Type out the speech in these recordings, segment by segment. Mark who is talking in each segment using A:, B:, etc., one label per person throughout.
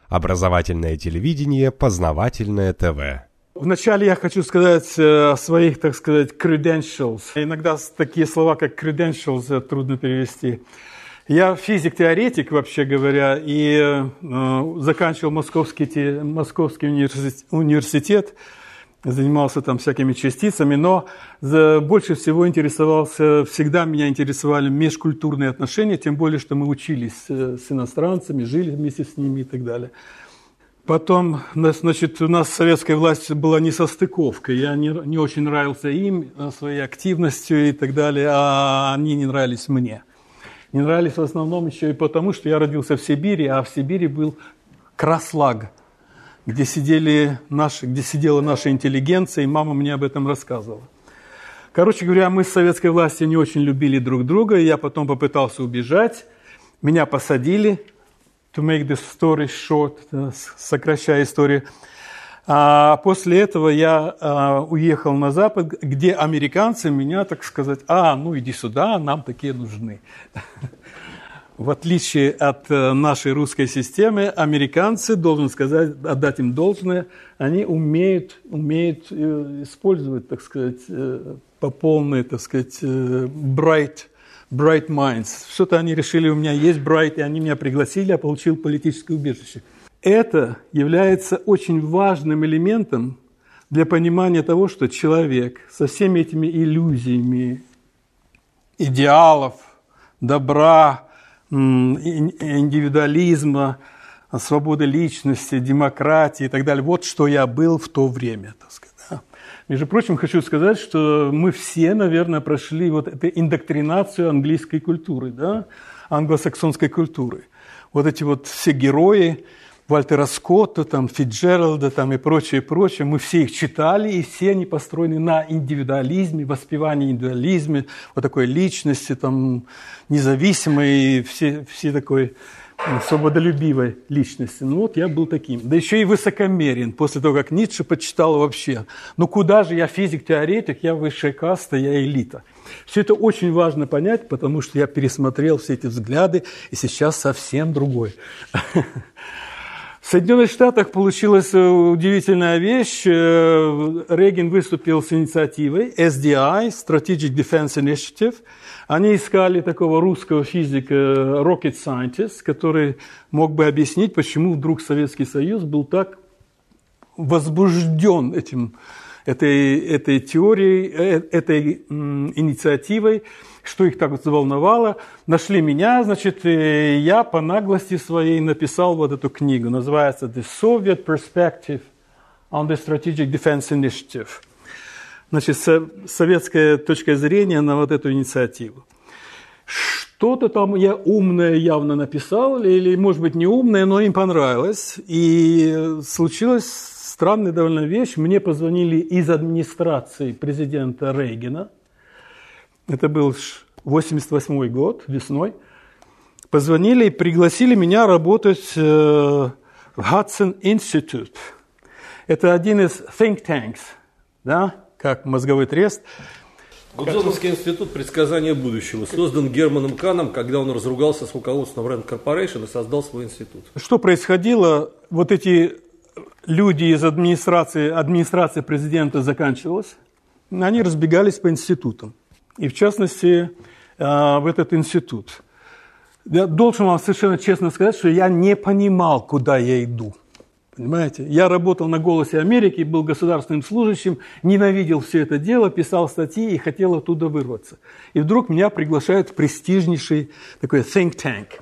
A: Образовательное телевидение, познавательное ТВ.
B: Вначале я хочу сказать о своих, так сказать, credentials. Иногда такие слова, как credentials, трудно перевести. Я физик-теоретик, вообще говоря, и заканчивал Московский университет, занимался там всякими частицами, но больше всего всегда меня интересовали межкультурные отношения, тем более, что мы учились с иностранцами, жили вместе с ними и так далее. Потом, значит, у нас советская власть была несостыковка. Я не очень нравился им, своей активностью и так далее, а они не нравились мне. Не нравились в основном еще и потому, что я родился в Сибири, а в Сибири был Краслаг, где сидела наша интеллигенция, и мама мне об этом рассказывала. Короче говоря, мы с советской властью не очень любили друг друга, и я потом попытался убежать. Меня посадили, to make the story short, сокращая историю. А после этого я уехал на Запад, где американцы меня, так сказать, иди сюда, нам такие нужны. В отличие от нашей русской системы, американцы, должен сказать, отдать им должное, они умеют использовать, так сказать, по полной, так сказать, bright minds. Что-то они решили, у меня есть bright, и они меня пригласили, я получил политическое убежище. Это является очень важным элементом для понимания того, что человек со всеми этими иллюзиями идеалов, добра, индивидуализма, свободы личности, демократии и так далее. Вот что я был в то время, так сказать. Да. Между прочим, хочу сказать, что мы все, наверное, прошли вот эту индоктринацию английской культуры, да, англосаксонской культуры. Вот эти вот все герои Вальтера Скотта, там, Фицджеральда там, и прочее, мы все их читали, и все они построены на индивидуализме, воспевании индивидуализма, вот такой личности, там, независимой, все такой свободолюбивой личности. Ну вот я был таким. Да еще и высокомерен, после того, как Ницше почитал вообще. Ну куда же я физик-теоретик, я высшая каста, я элита. Все это очень важно понять, потому что я пересмотрел все эти взгляды, и сейчас совсем другой. В Соединенных Штатах получилась удивительная вещь. Рейган выступил с инициативой SDI, Strategic Defense Initiative. Они искали такого русского физика, rocket scientist, который мог бы объяснить, почему вдруг Советский Союз был так возбужден этой теорией, этой инициативой, что их так заволновало. Нашли меня, значит, и я по наглости своей написал вот эту книгу. Называется «The Soviet Perspective on the Strategic Defense Initiative». Значит, советская точка зрения на вот эту инициативу. Что-то там я умное явно написал, или, может быть, не умное, но им понравилось. И случилась странная довольно вещь. Мне позвонили из администрации президента Рейгана. Это был 1988 год, весной. Позвонили и пригласили меня работать в Hudson Institute. Это один из think tanks, да, как мозговой трест.
C: Гудзоновский институт предсказания будущего создан Германом Каном, когда он разругался с руководством Rand Corporation и создал свой институт.
B: Что происходило? Вот эти люди из администрации президента заканчивалась, они разбегались по институтам. И в частности, в этот институт. Я должен вам совершенно честно сказать, что я не понимал, куда я иду. Понимаете? Я работал на «Голосе Америки», был государственным служащим, ненавидел все это дело, писал статьи и хотел оттуда вырваться. И вдруг меня приглашают в престижнейший такой think tank.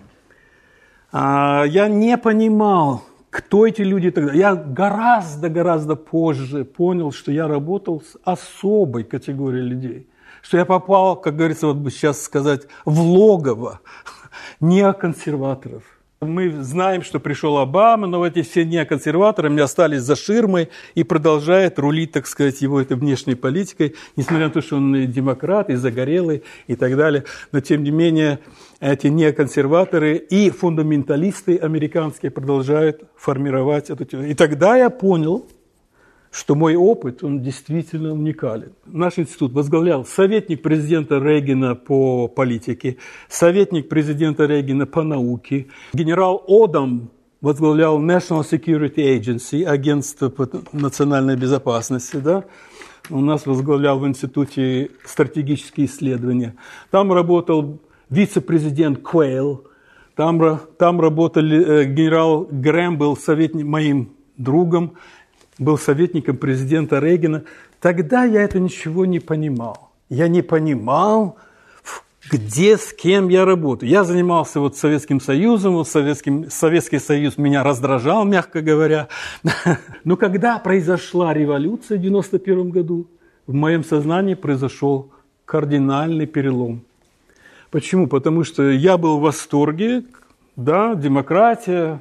B: Я не понимал, кто эти люди тогда. Я гораздо позже понял, что я работал с особой категорией людей. Что я попал, как говорится, вот бы сейчас сказать, в логово неоконсерваторов. Мы знаем, что пришел Обама, но эти все неоконсерваторы мне остались за ширмой и продолжают рулить, так сказать, его этой внешней политикой, несмотря на то, что он и демократ, и загорелый, и так далее. Но, тем не менее, эти неоконсерваторы и фундаменталисты американские продолжают формировать эту теорию. И тогда я понял, что мой опыт, он действительно уникален. Наш институт возглавлял советник президента Рейгана по политике, советник президента Рейгана по науке, генерал Одам возглавлял National Security Agency, агентство по национальной безопасности, да? У нас возглавлял в Институте стратегические исследования. Там работал вице-президент Квейл, там работали, генерал Грэм был моим другом, был советником президента Рейгана. Тогда я это ничего не понимал. Я не понимал, где, с кем я работаю. Я занимался вот Советским Союзом, вот Советский Союз меня раздражал, мягко говоря. Но когда произошла революция в 1991 году, в моем сознании произошел кардинальный перелом. Почему? Потому что я был в восторге, да, демократия,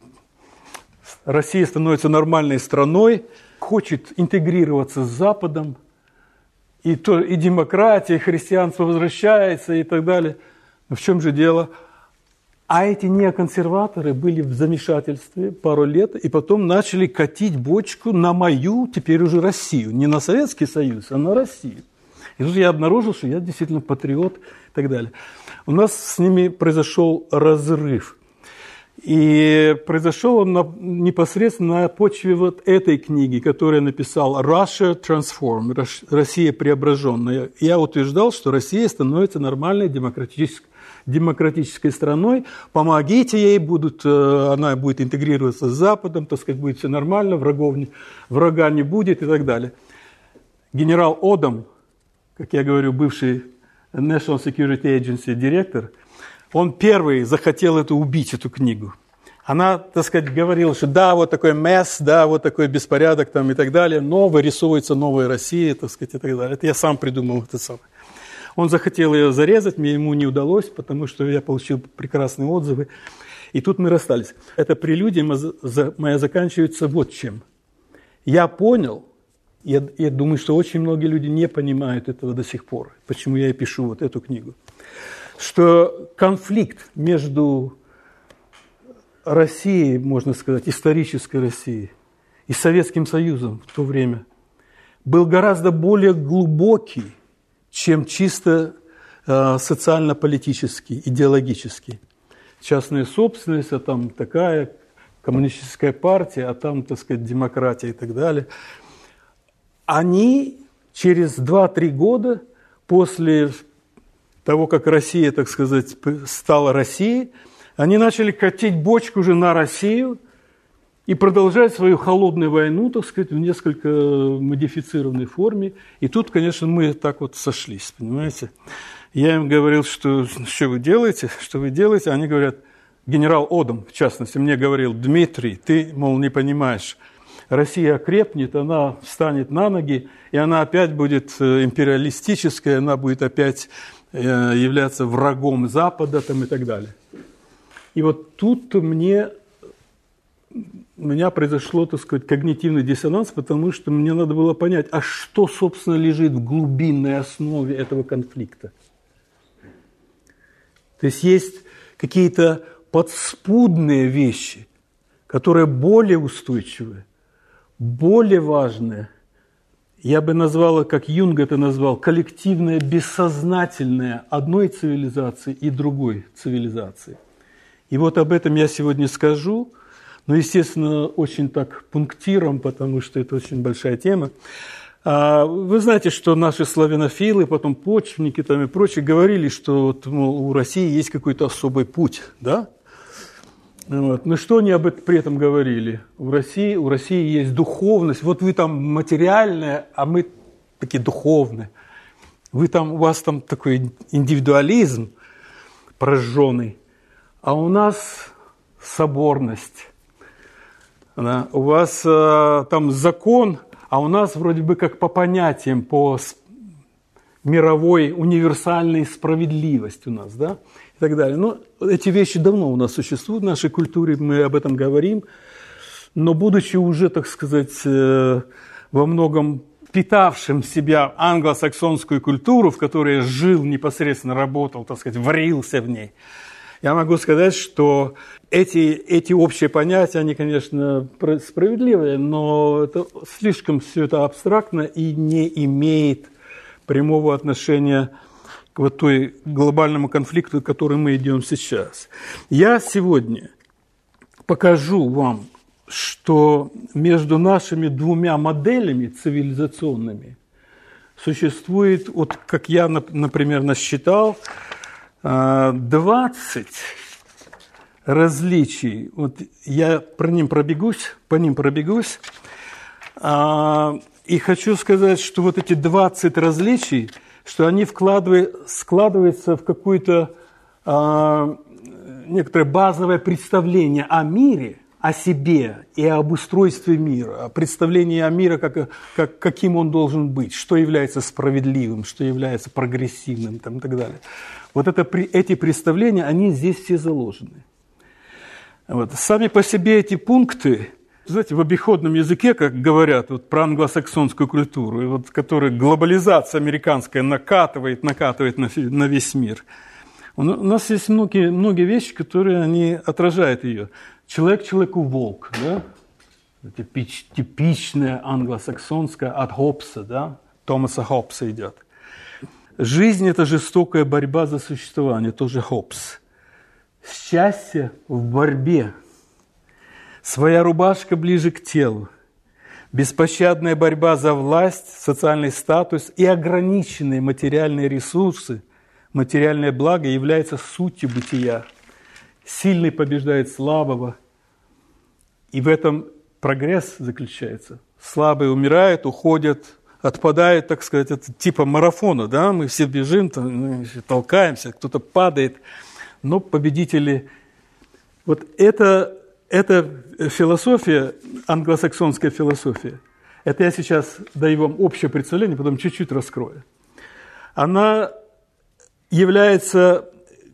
B: Россия становится нормальной страной, хочет интегрироваться с Западом, и демократия, и христианство возвращается, и так далее. Но в чем же дело? А эти неоконсерваторы были в замешательстве пару лет, и потом начали катить бочку на мою, теперь уже Россию. Не на Советский Союз, а на Россию. И тут я обнаружил, что я действительно патриот и так далее. У нас с ними произошел разрыв. И произошел он непосредственно на почве вот этой книги, которую я написал «Russia Transformed», «Россия преображенная». Я утверждал, что Россия становится нормальной демократической страной. Помогите ей, она будет интегрироваться с Западом, так сказать, будет все нормально, врага не будет и так далее. Генерал Одам, как я говорю, бывший National Security Agency директор, он первый захотел убить эту книгу. Она, так сказать, говорила, что да, вот такой месс, да, вот такой беспорядок там и так далее, но вырисовывается новая Россия, так сказать, и так далее. Это я сам придумал это самое. Он захотел ее зарезать, мне ему не удалось, потому что я получил прекрасные отзывы. И тут мы расстались. Эта прелюдия моя заканчивается вот чем. Я понял, я думаю, что очень многие люди не понимают этого до сих пор, почему я и пишу вот эту книгу, что конфликт между Россией, можно сказать, исторической Россией и Советским Союзом в то время был гораздо более глубокий, чем чисто социально-политический, идеологический. Частная собственность, а там такая коммунистическая партия, а там, так сказать, демократия и так далее. Они через 2-3 года после того, как Россия, так сказать, стала Россией, они начали катить бочку уже на Россию и продолжать свою холодную войну, так сказать, в несколько модифицированной форме. И тут, конечно, мы так вот сошлись, понимаете. Я им говорил, что вы делаете, что вы делаете. Они говорят, генерал Одам, в частности, мне говорил, Дмитрий, ты, мол, не понимаешь, Россия окрепнет, она встанет на ноги, и она опять будет империалистическая, она будет опять являться врагом Запада там, и так далее. И вот тут у меня произошло, так сказать, когнитивный диссонанс, потому что мне надо было понять, а что, собственно, лежит в глубинной основе этого конфликта. То есть какие-то подспудные вещи, которые более устойчивые, более важные. Я бы назвал, как Юнг это назвал, коллективное бессознательное одной цивилизации и другой цивилизации. И вот об этом я сегодня скажу, но, естественно, очень так пунктиром, потому что это очень большая тема. Вы знаете, что наши славянофилы, потом почвенники там и прочие говорили, что вот, мол, у России есть какой-то особый путь, да? Вот. Ну что они при этом говорили? У России есть духовность. Вот вы там материальные, а мы такие духовные. У вас там такой индивидуализм прожженный, а у нас соборность. Да? У вас там закон, а у нас вроде бы как по понятиям, по мировой универсальной справедливости у нас, да? И так далее. Но эти вещи давно у нас существуют в нашей культуре, мы об этом говорим, но будучи уже, так сказать, во многом питавшим себя англосаксонскую культуру, в которой я жил, непосредственно работал, так сказать, варился в ней, я могу сказать, что эти общие понятия, они, конечно, справедливые, но это слишком все это абстрактно и не имеет прямого отношения к вот той глобальному конфликту, к которому мы идем сейчас. Я сегодня покажу вам, что между нашими двумя моделями цивилизационными существует, вот как я, например, насчитал, 20 различий. Вот я по ним пробегусь. И хочу сказать, что вот эти 20 различий, что они складываются в какое-то некоторое базовое представление о мире, о себе и об устройстве мира, представление о мире, каким он должен быть, что является справедливым, что является прогрессивным там, и так далее. Вот эти представления, они здесь все заложены. Вот. Сами по себе эти пункты, знаете, в обиходном языке, как говорят вот, про англосаксонскую культуру, и вот, которую глобализация американская накатывает на весь мир. У нас есть многие вещи, которые они отражают ее. Человек человеку волк, да? Это типичная англосаксонская от Хоббса, да? Томаса Хоббса идет. Жизнь – это жестокая борьба за существование, тоже Хоббс. Счастье в борьбе. Своя рубашка ближе к телу. Беспощадная борьба за власть, социальный статус и ограниченные материальные ресурсы, материальное благо является сутью бытия. Сильный побеждает слабого. И в этом прогресс заключается. Слабые умирают, уходят, отпадают, так сказать, это типа марафона, да, мы все бежим, мы толкаемся, кто-то падает, но победители. Вот это философия, англосаксонская философия, это я сейчас даю вам общее представление, потом чуть-чуть раскрою. Она является,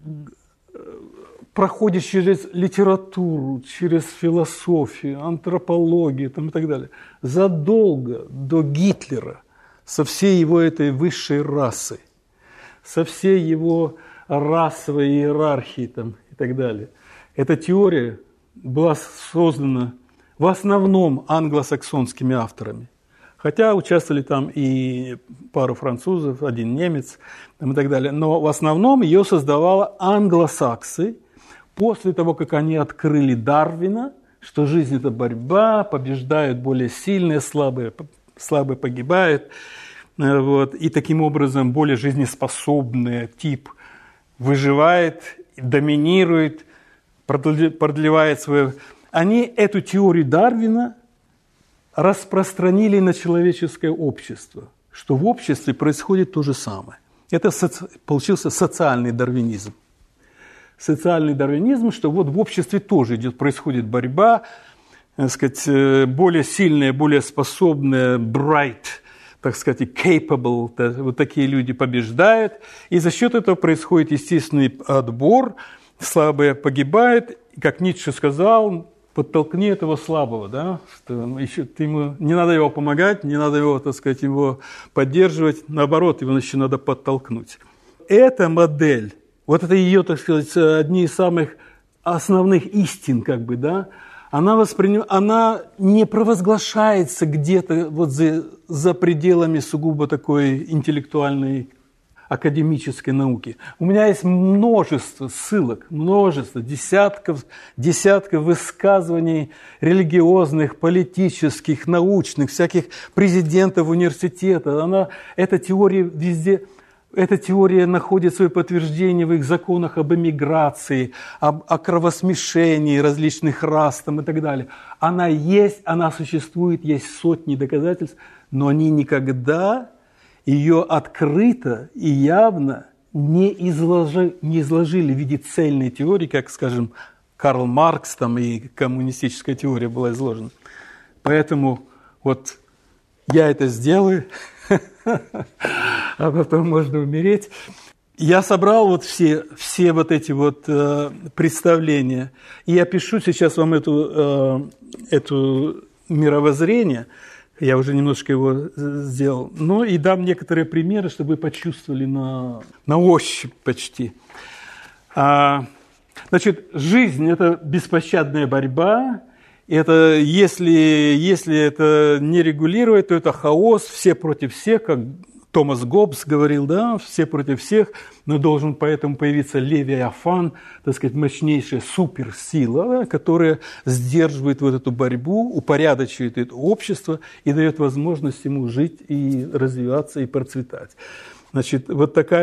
B: проходит через литературу, через философию, антропологию там, и так далее. Задолго до Гитлера, со всей его этой высшей расой, со всей его расовой иерархией там, и так далее. Эта теория была создана в основном англосаксонскими авторами. Хотя участвовали там и пару французов, один немец там, и так далее. Но в основном ее создавала англосаксы после того, как они открыли Дарвина, что жизнь – это борьба, побеждают более сильные, слабые погибают. Вот, и таким образом более жизнеспособный тип выживает, доминирует, продлевает свое... Они эту теорию Дарвина распространили на человеческое общество, что в обществе происходит то же самое. Это получился социальный дарвинизм. Социальный дарвинизм, что вот в обществе тоже происходит борьба, так сказать, более сильная, более способная, bright, так сказать, capable, вот такие люди побеждают, и за счет этого происходит естественный отбор, слабые погибают, как Ницше сказал, подтолкни этого слабого, да, что еще ему не надо его помогать, не надо его, так сказать, его поддерживать, наоборот, его еще надо подтолкнуть. Эта модель, вот это ее, так сказать, одни из самых основных истин, как бы, да, она не провозглашается где-то вот за пределами сугубо такой интеллектуальной академической науки. У меня есть множество ссылок, десятков высказываний религиозных, политических, научных, всяких президентов университета. Эта теория везде, эта теория находит свое подтверждение в их законах об эмиграции, о кровосмешении различных рас там, и так далее. Она есть, она существует, есть сотни доказательств, но они никогда ее открыто и явно не изложили в виде цельной теории, как, скажем, Карл Маркс там, и коммунистическая теория была изложена. Поэтому вот я это сделаю, а потом можно умереть. Я собрал вот все вот эти вот представления, и я пишу сейчас вам эту мировоззрение. Я уже немножко его сделал. Ну и дам некоторые примеры, чтобы вы почувствовали на ощупь почти. Значит, жизнь – это беспощадная борьба. Это, если это не регулировать, то это хаос, все против всех, Томас Гоббс говорил, да, все против всех, но должен поэтому появиться Левиафан, так сказать, мощнейшая суперсила, да, которая сдерживает вот эту борьбу, упорядочивает это общество и дает возможность ему жить и развиваться и процветать. Значит, вот такая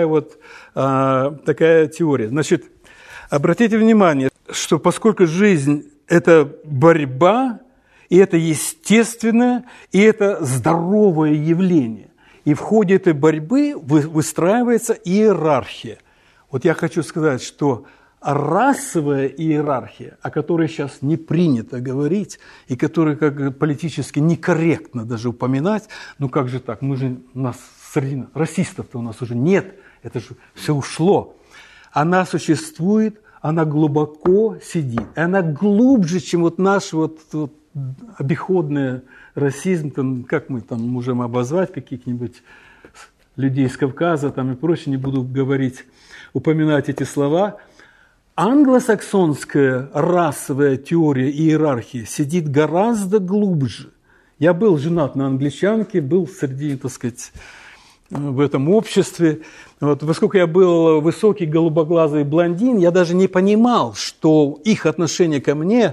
B: теория. Значит, обратите внимание, что поскольку жизнь – это борьба, и это естественное, и это здоровое явление, и в ходе этой борьбы выстраивается иерархия. Вот я хочу сказать, что расовая иерархия, о которой сейчас не принято говорить, и которую как политически некорректно даже упоминать, ну как же так, у нас среди расистов-то у нас уже нет, это же все ушло. Она существует, она глубоко сидит, и она глубже, чем вот наш обиходный расизм, там, как мы там можем обозвать каких-нибудь людей из Кавказа там, и прочее, не буду упоминать эти слова. Англосаксонская расовая теория иерархии сидит гораздо глубже. Я был женат на англичанке, был среди, так сказать, в этом обществе. Вот, поскольку я был высокий голубоглазый блондин, я даже не понимал, что их отношение ко мне,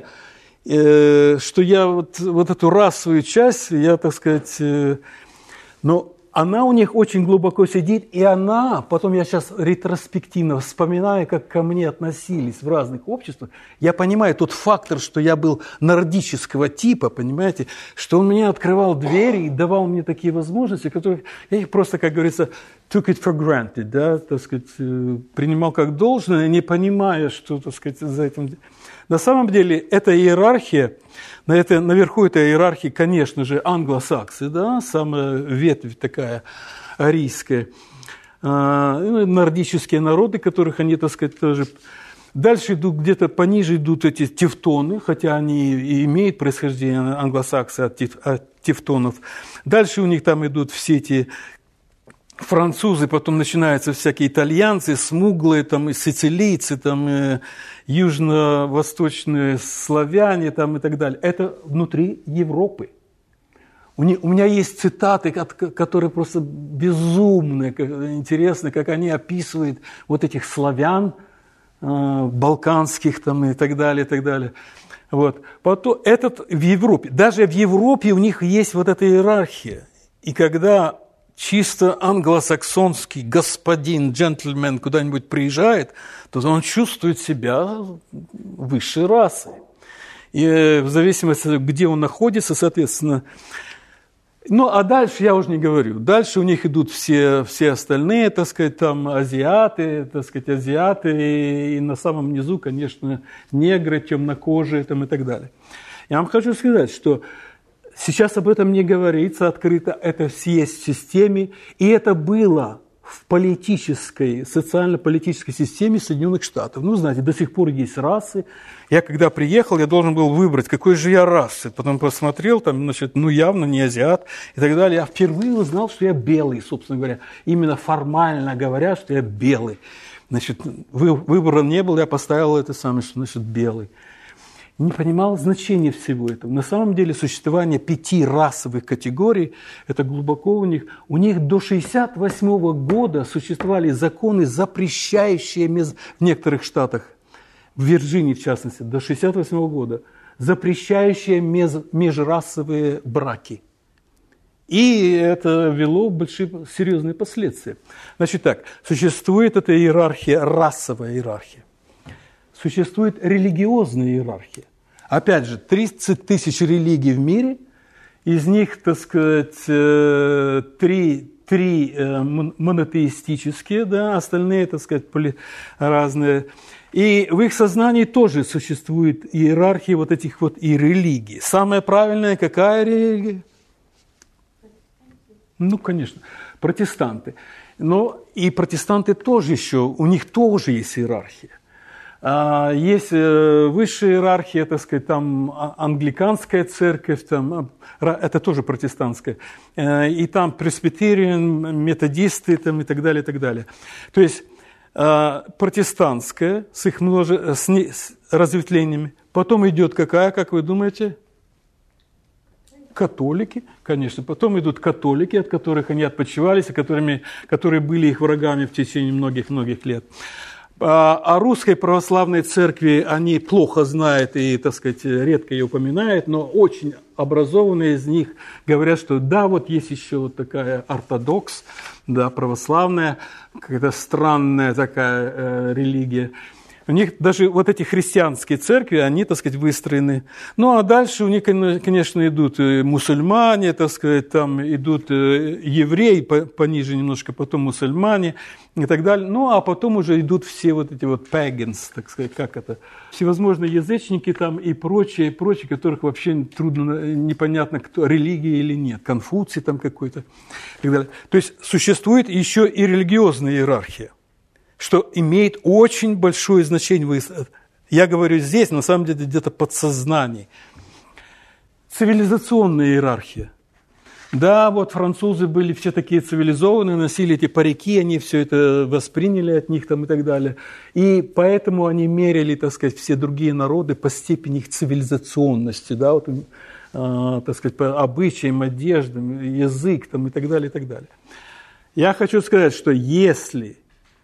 B: что я вот эту расовую часть, я, так сказать, но она у них очень глубоко сидит, и она, потом я сейчас ретроспективно вспоминаю, как ко мне относились в разных обществах, я понимаю тот фактор, что я был нордического типа, понимаете, что он мне открывал двери и давал мне такие возможности, которых я их просто, как говорится, took it for granted, да, так сказать, принимал как должное, не понимая, что, так сказать, за этим... На самом деле, эта иерархия, наверху этой иерархии, конечно же, англосаксы, да, самая ветвь такая арийская, нордические народы, которых они, так сказать, тоже... Дальше идут, где-то пониже идут эти тевтоны, хотя они и имеют происхождение англосаксы от тевтонов. Дальше у них там идут все эти... французы, потом начинаются всякие итальянцы, смуглые, там, и сицилийцы, там, и южно-восточные славяне там, и так далее. Это внутри Европы. У меня есть цитаты, которые просто безумные, интересны, как они описывают вот этих славян, балканских там, и так далее, и так далее. Вот. Потом, в Европе, даже в Европе у них есть вот эта иерархия. И когда чисто англосаксонский господин, джентльмен куда-нибудь приезжает, то он чувствует себя высшей расой. И в зависимости, где он находится, соответственно... Ну, а дальше я уже не говорю. Дальше у них идут все остальные, так сказать, там, азиаты, и на самом низу, конечно, негры, темнокожие, там, и так далее. Я вам хочу сказать, что сейчас об этом не говорится открыто, это есть в системе, и это было в политической, социально-политической системе Соединенных Штатов. Ну, знаете, до сих пор есть расы. Я когда приехал, я должен был выбрать, какой же я расы. Потом посмотрел, там, значит, ну, явно не азиат и так далее. Я впервые узнал, что я белый, собственно говоря. Именно формально говоря, что я белый. Значит, выбора не было, я поставил это самое, что значит белый. Не понимал значения всего этого. На самом деле существование 5 расовых категорий, это глубоко у них. У них до 1968 года существовали законы, запрещающие в некоторых штатах, в Вирджинии в частности, до 1968 года, запрещающие межрасовые браки. И это вело большие серьезные последствия. Значит так, существует эта иерархия, расовая иерархия. Существует религиозная иерархия. Опять же, 30 тысяч религий в мире, из них, так сказать, 3 монотеистические, да, остальные, так сказать, разные. И в их сознании тоже существует иерархия вот этих вот и религий. Самая правильная какая религия? Ну, конечно, протестанты. Но и протестанты тоже еще, у них тоже есть иерархия. Есть высшая иерархия, так сказать, там англиканская церковь, там, это тоже протестантская, и там пресбитериан, методисты там, и так далее, и так далее. То есть протестантская с их с разветвлениями, потом идет какая, как вы думаете? католики, конечно. Потом идут католики, от которых они отпочивались, которые были их врагами в течение многих-многих лет. О русской православной церкви они плохо знают и, так сказать, редко ее упоминают, но очень образованные из них говорят, что да, вот есть еще вот такая ортодокс, да, православная, какая-то странная такая религия. У них даже вот эти христианские церкви, они, так сказать, выстроены. Ну, а дальше у них, конечно, идут мусульмане, так сказать, там идут евреи, пониже немножко, потом мусульмане и так далее. Ну, а потом уже идут все вот эти вот pagans, так сказать, как это, всевозможные язычники там и прочие, которых вообще трудно, непонятно, кто, религия или нет, Конфуций там какой-то и так далее. То есть существует еще и религиозная иерархия, что имеет очень большое значение. Я говорю здесь, на самом деле, где-то подсознание. Цивилизационная иерархия. Да, вот французы были все такие цивилизованные, носили эти парики, они все это восприняли от них там и так далее. И поэтому они меряли, так сказать, все другие народы по степени их цивилизационности, да, вот, так сказать, по обычаям, одеждам, язык там и так далее, и так далее. Я хочу сказать, что если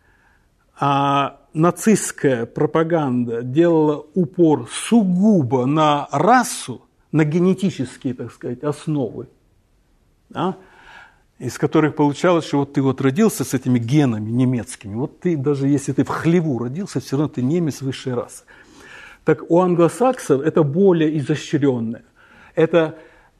B: нацистская пропаганда делала упор сугубо на расу, на генетические, так сказать, основы, да, из которых получалось, что вот ты вот родился с этими генами немецкими, вот ты, даже если ты в хлеву родился, все равно ты немец высшей расы. Так у англосаксов это более изощренное. Это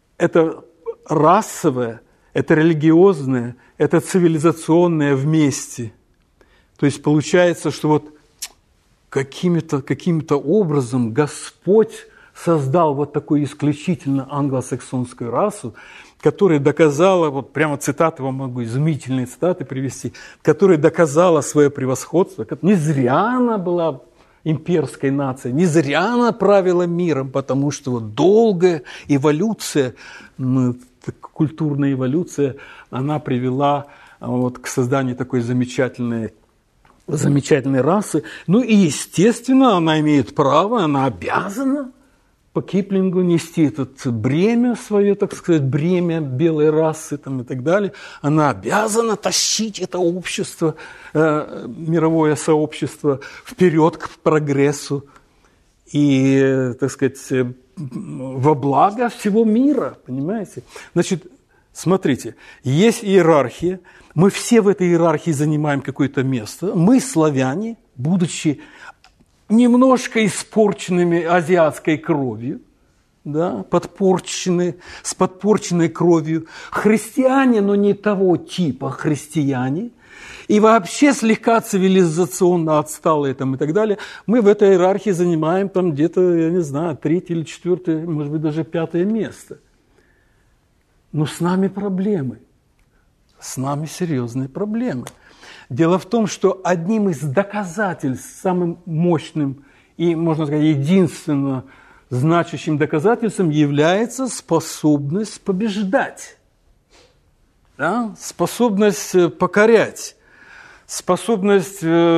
B: расовое, это религиозное, это цивилизационное вместе. То есть получается, что вот каким-то образом Господь создал вот такую исключительно англосаксонскую расу, которая доказала, вот прямо цитаты вам могу, изумительные цитаты привести, которая доказала свое превосходство. Не зря она была имперской нацией, не зря она правила миром, потому что вот долгая эволюция, культурная эволюция, она привела вот к созданию такой замечательной расы. Ну и, естественно, она имеет право, она обязана по Киплингу нести это бремя свое, так сказать, бремя белой расы там, и так далее. Она обязана тащить это общество, мировое сообщество вперед к прогрессу и, так сказать, во благо всего мира, понимаете? Значит, смотрите, есть иерархия, мы все в этой иерархии занимаем какое-то место. Мы, славяне, будучи немножко испорченными азиатской кровью, да, с подпорченной кровью, христиане, но не того типа христиане, и вообще слегка цивилизационно отсталые там, и так далее, мы в этой иерархии занимаем там где-то, я не знаю, 3-е или 4-е, может быть, даже 5-е место. Но с нами проблемы. С нами серьезные проблемы. Дело в том, что одним из доказательств, самым мощным и, можно сказать, единственно значащим доказательством является способность побеждать, да? Способность покорять, способность,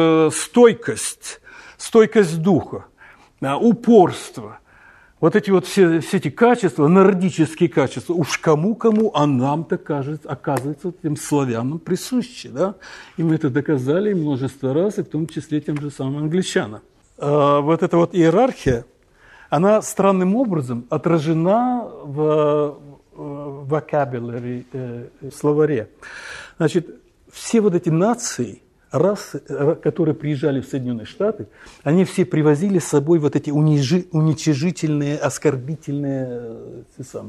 B: стойкость духа, да? Упорство. Вот эти вот все эти качества, нордические качества, уж кому-кому, а нам-то, оказывается, тем славянам присущи. Да? И мы это доказали множество раз, и в том числе тем же самым англичанам. Вот эта вот иерархия, она странным образом отражена в vocabulary, словаре. Значит, все вот эти нации, расы, которые приезжали в Соединенные Штаты, они все привозили с собой вот эти уничижительные, оскорбительные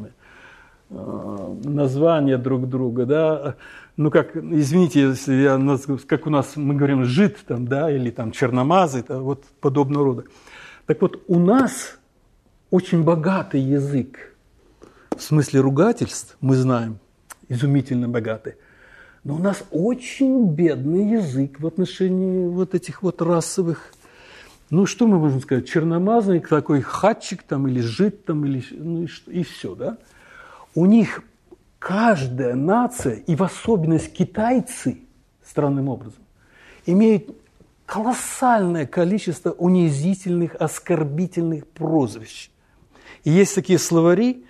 B: названия друг друга, да, ну как, извините, если как у нас мы говорим жид там, да, или там черномазы, это вот подобного рода. Так вот, у нас очень богатый язык, в смысле ругательств, мы знаем, изумительно богатый. Но у нас очень бедный язык в отношении вот этих вот расовых, ну что мы можем сказать, черномазный такой хатчик там или жид там, или, ну и все, да? У них каждая нация, и в особенности китайцы, странным образом, имеют колоссальное количество унизительных, оскорбительных прозвищ. И есть такие словари,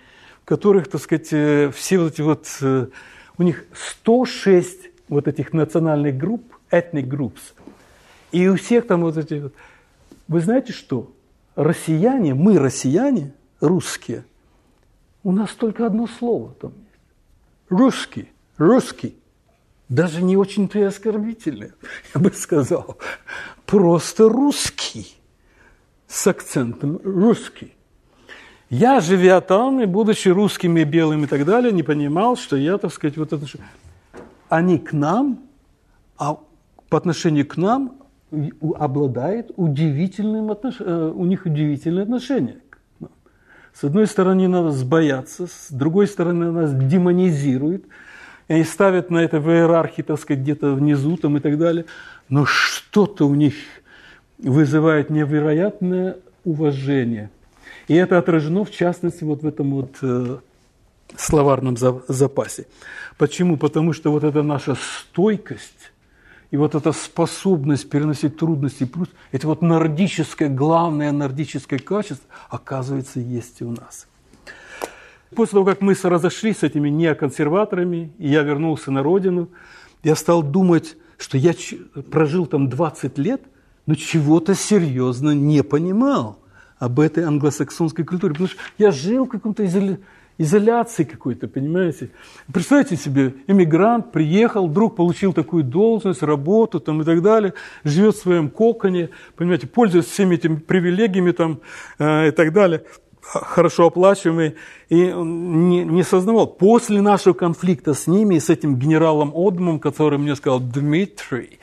B: которых, так сказать, все вот эти вот, у них 106 вот этих национальных групп, ethnic groups, и у всех там вот эти вот. Вы знаете что? Россияне, мы россияне, русские, у нас только одно слово там есть. Русский, русский. Даже не очень-то и оскорбительное, я бы сказал. Просто русский. С акцентом русский. Я, живя там, и будучи русским и белым и так далее, не понимал, что я, так сказать, вот это... Они к нам, а по отношению к нам обладает удивительным у них удивительное отношение. С одной стороны, нас боятся, с другой стороны, нас демонизируют, и ставят на это в иерархии, так сказать, где-то внизу там и так далее. Но что-то у них вызывает невероятное уважение. И это отражено, в частности, вот в этом вот словарном запасе. Почему? Потому что вот эта наша стойкость и вот эта способность переносить трудности, плюс это вот нордическое, главное нордическое качество, оказывается, есть и у нас. После того, как мы разошлись с этими неоконсерваторами, и я вернулся на родину, я стал думать, что я прожил там 20 лет, но чего-то серьезно не понимал об этой англосаксонской культуре. Потому что я жил в каком-то изоляции какой-то, понимаете. Представьте себе, эмигрант приехал, вдруг получил такую должность, работу там, и так далее, живет в своем коконе, понимаете, пользуется всеми этими привилегиями там, и так далее, хорошо оплачиваемый, и не сознавал. После нашего конфликта с ними, с этим генералом Одмом, который мне сказал «Дмитрий»,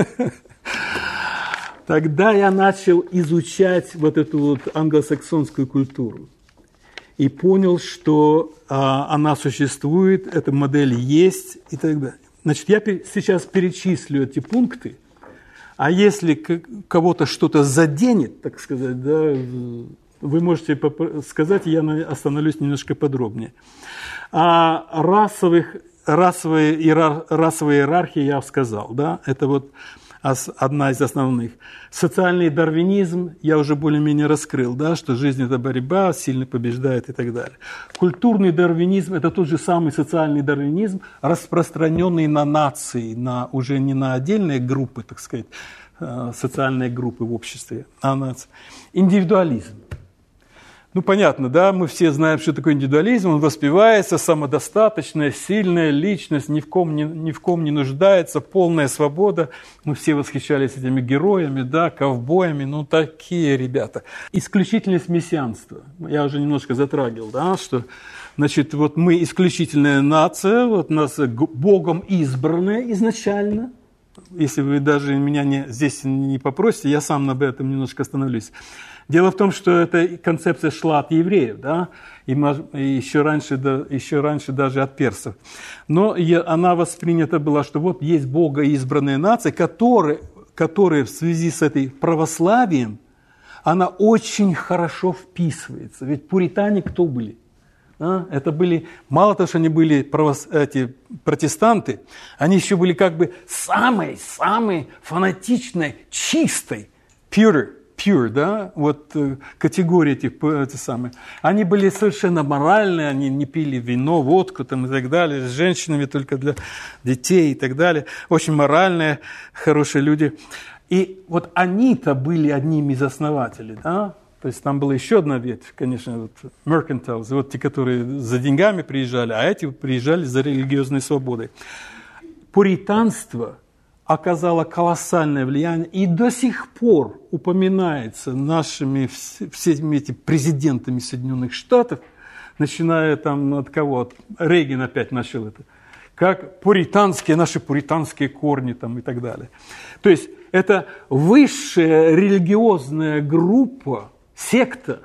B: тогда я начал изучать вот эту вот англосаксонскую культуру. И понял, что она существует, эта модель есть и так далее. Значит, я сейчас перечислю эти пункты, а если кого-то что-то заденет, так сказать, да, вы можете сказать, и я остановлюсь немножко подробнее. Расовые иерархии я сказал, да, это вот одна из основных. Социальный дарвинизм я уже более-менее раскрыл, да, что жизнь – это борьба, сильный побеждает и так далее. Культурный дарвинизм – это тот же самый социальный дарвинизм, распространенный на нации, уже не на отдельные группы, так сказать, социальные группы в обществе, а нации. Индивидуализм. Ну, понятно, да, мы все знаем, что такое индивидуализм, он воспевается, самодостаточная, сильная личность, ни в ком не нуждается, полная свобода. Мы все восхищались этими героями, да, ковбоями, ну, такие ребята. Исключительность мессианства, я уже немножко затрагивал, да, что, значит, вот мы исключительная нация, вот нас Богом избранная изначально. Если вы даже меня здесь не попросите, я сам об этом немножко остановлюсь. Дело в том, что эта концепция шла от евреев, да, и еще раньше даже от персов. Но она воспринята была, что вот есть Бога избранная нация, которая в связи с этой православием, она очень хорошо вписывается. Ведь пуритане кто были? Это были, мало того, что они были протестанты, они еще были как бы самой фанатичной, чистой, pure, да, вот категории эти самые. Они были совершенно моральные, они не пили вино, водку там, и так далее, с женщинами только для детей и так далее. Очень моральные, хорошие люди. И вот они-то были одними из основателей, да. То есть там была еще одна ветвь, конечно, вот mercantiles, вот те, которые за деньгами приезжали, а эти приезжали за религиозной свободой. Пуританство оказало колоссальное влияние и до сих пор упоминается нашими всеми этими президентами Соединенных Штатов, начиная там от кого? От Рейган опять начал это. Как наши пуританские корни там и так далее. То есть это высшая религиозная группа, секта,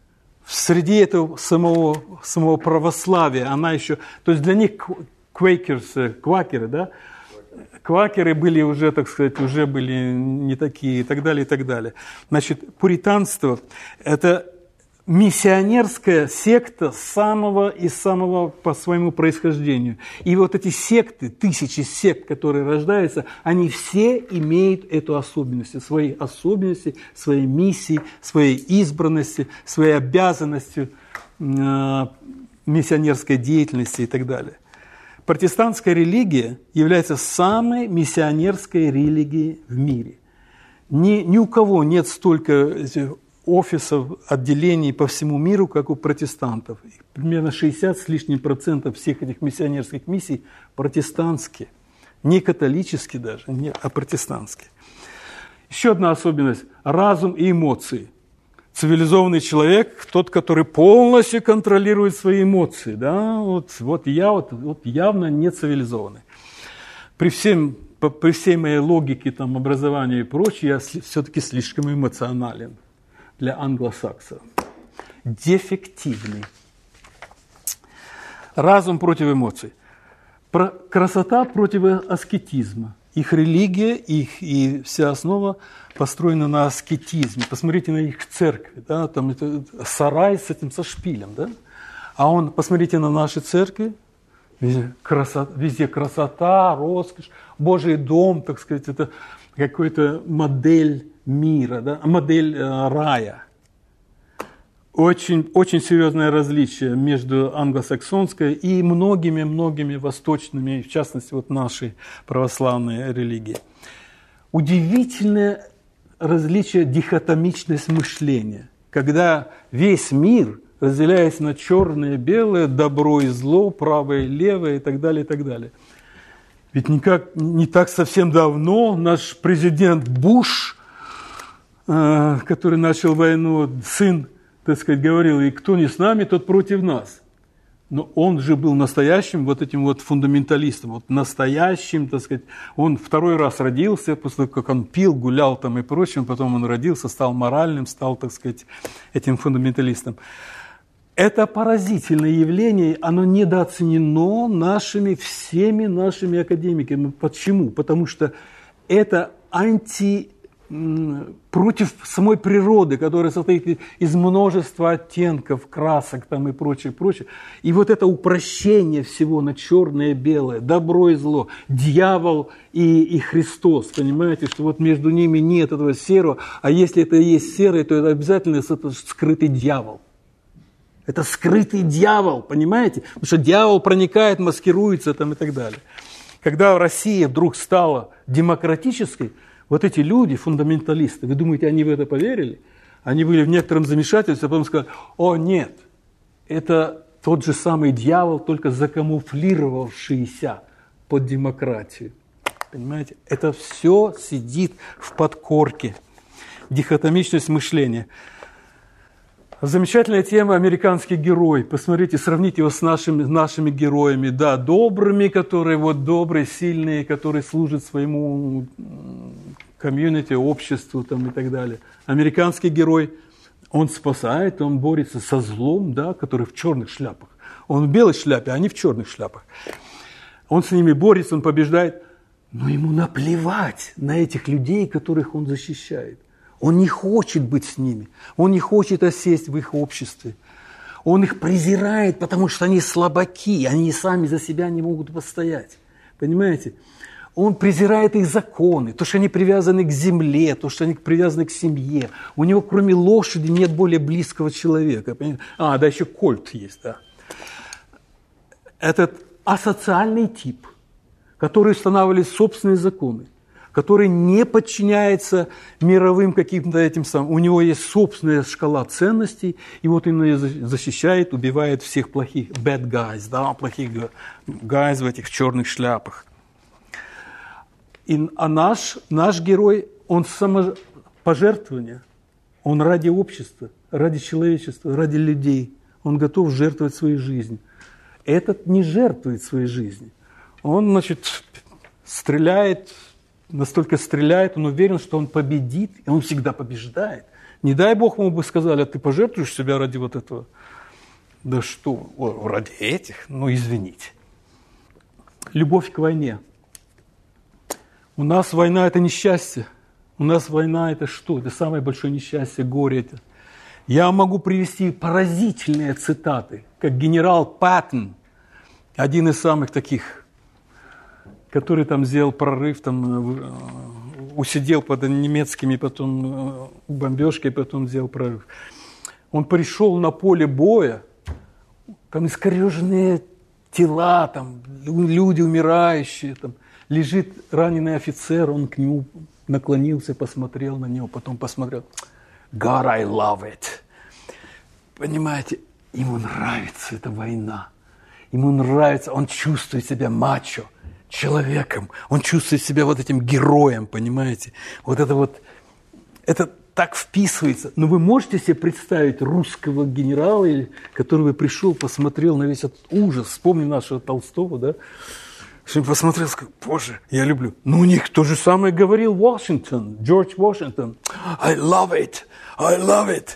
B: среди этого самого православия, она еще, то есть для них квакеры, да, квакеры были уже, так сказать, уже были не такие и так далее, и так далее. Значит, пуританство – это миссионерская секта самого по своему происхождению. И вот эти секты, тысячи сект, которые рождаются, они все имеют эту особенность, свои миссии, своей избранности, своей обязанности миссионерской деятельности и так далее. Протестантская религия является самой миссионерской религией в мире. Ни у кого нет столько офисов, отделений по всему миру, как у протестантов. Примерно 60 с лишним процентов всех этих миссионерских миссий протестантские. Не католические даже, а протестантские. Еще одна особенность – разум и эмоции. Цивилизованный человек – тот, который полностью контролирует свои эмоции. Да? Вот я явно не цивилизованный. При всей моей логике, там, образования и прочее, я все-таки слишком эмоционален для англосаксов. Дефективный. Разум против эмоций. Красота против аскетизма. Их религия, их и вся основа построена на аскетизме. Посмотрите на их церкви. Да? Там это сарай со шпилем. Да? А посмотрите на наши церкви. Везде красота, роскошь. Божий дом, так сказать, это какая-то модель мира, да? Модель рая. Очень, очень серьезное различие между англосаксонской и многими восточными, в частности, вот нашей православной религии. Удивительное различие, дихотомичность мышления, когда весь мир разделяется на черное и белое, добро и зло, правое и левое и так далее, и так далее. Ведь не так совсем давно наш президент Буш, который начал войну, сын, так сказать, говорил, и кто не с нами, тот против нас. Но он же был настоящим вот этим вот фундаменталистом, вот настоящим, так сказать. Он второй раз родился, после того, как он пил, гулял там и прочим, потом он родился, стал моральным, стал, так сказать, этим фундаменталистом. Это поразительное явление, оно недооценено всеми нашими академиками. Почему? Потому что это против самой природы, которая состоит из множества оттенков, красок там и прочее. И вот это упрощение всего на черное и белое, добро и зло, дьявол и Христос, понимаете, что вот между ними нет этого серого, а если это и есть серое, то это обязательно скрытый дьявол. Это скрытый дьявол, понимаете? Потому что дьявол проникает, маскируется там и так далее. Когда Россия вдруг стала демократической, вот эти люди, фундаменталисты, вы думаете, они в это поверили? Они были в некотором замешательстве, а потом сказали, о нет, это тот же самый дьявол, только закамуфлировавшийся под демократию. Понимаете? Это все сидит в подкорке. Дихотомичность мышления. Замечательная тема «Американский герой». Посмотрите, сравните его с нашими героями. Да, добрыми, которые добрые, сильные, которые служат своему комьюнити, обществу там, и так далее. Американский герой, он спасает, он борется со злом, да, который в черных шляпах. Он в белой шляпе, а они в черных шляпах. Он с ними борется, он побеждает. Но ему наплевать на этих людей, которых он защищает. Он не хочет быть с ними. Он не хочет осесть в их обществе. Он их презирает, потому что они слабаки. Они сами за себя не могут постоять. Понимаете? Он презирает их законы. То, что они привязаны к земле, то, что они привязаны к семье. У него, кроме лошади, нет более близкого человека. Понимаете? Да, еще кольт есть. Да. Этот асоциальный тип, который устанавливает собственные законы, который не подчиняется мировым каким-то этим самым. У него есть собственная шкала ценностей, и вот он ее защищает, убивает всех плохих bad guys, да, плохих guys в этих черных шляпах. А наш герой, он самопожертвование, он ради общества, ради человечества, ради людей. Он готов жертвовать своей жизнью. Этот не жертвует своей жизнью. Он, значит, настолько стреляет, он уверен, что он победит, и он всегда побеждает. Не дай Бог ему бы сказали, а ты пожертвуешь себя ради вот этого. Да что, ради этих? Ну, извините. Любовь к войне. У нас война – это несчастье. У нас война – это что? Это самое большое несчастье, горе это. Я могу привести поразительные цитаты, как генерал Паттон, один из самых таких, который там сделал прорыв, там усидел под немецкими потом бомбежкой, потом сделал прорыв. Он пришел на поле боя, там искореженные тела, там люди умирающие, там лежит раненый офицер, он к нему наклонился, посмотрел на него, потом посмотрел. God, I love it. Понимаете, ему нравится эта война. Ему нравится, он чувствует себя мачо, человеком. Он чувствует себя вот этим героем, понимаете. Вот, это так вписывается. Но вы можете себе представить русского генерала, который пришел, посмотрел на весь этот ужас. Вспомни нашего Толстого, да? Что посмотрел, сказал, боже, я люблю. Но у них то же самое говорил Вашингтон, Джордж Вашингтон. I love it, I love it.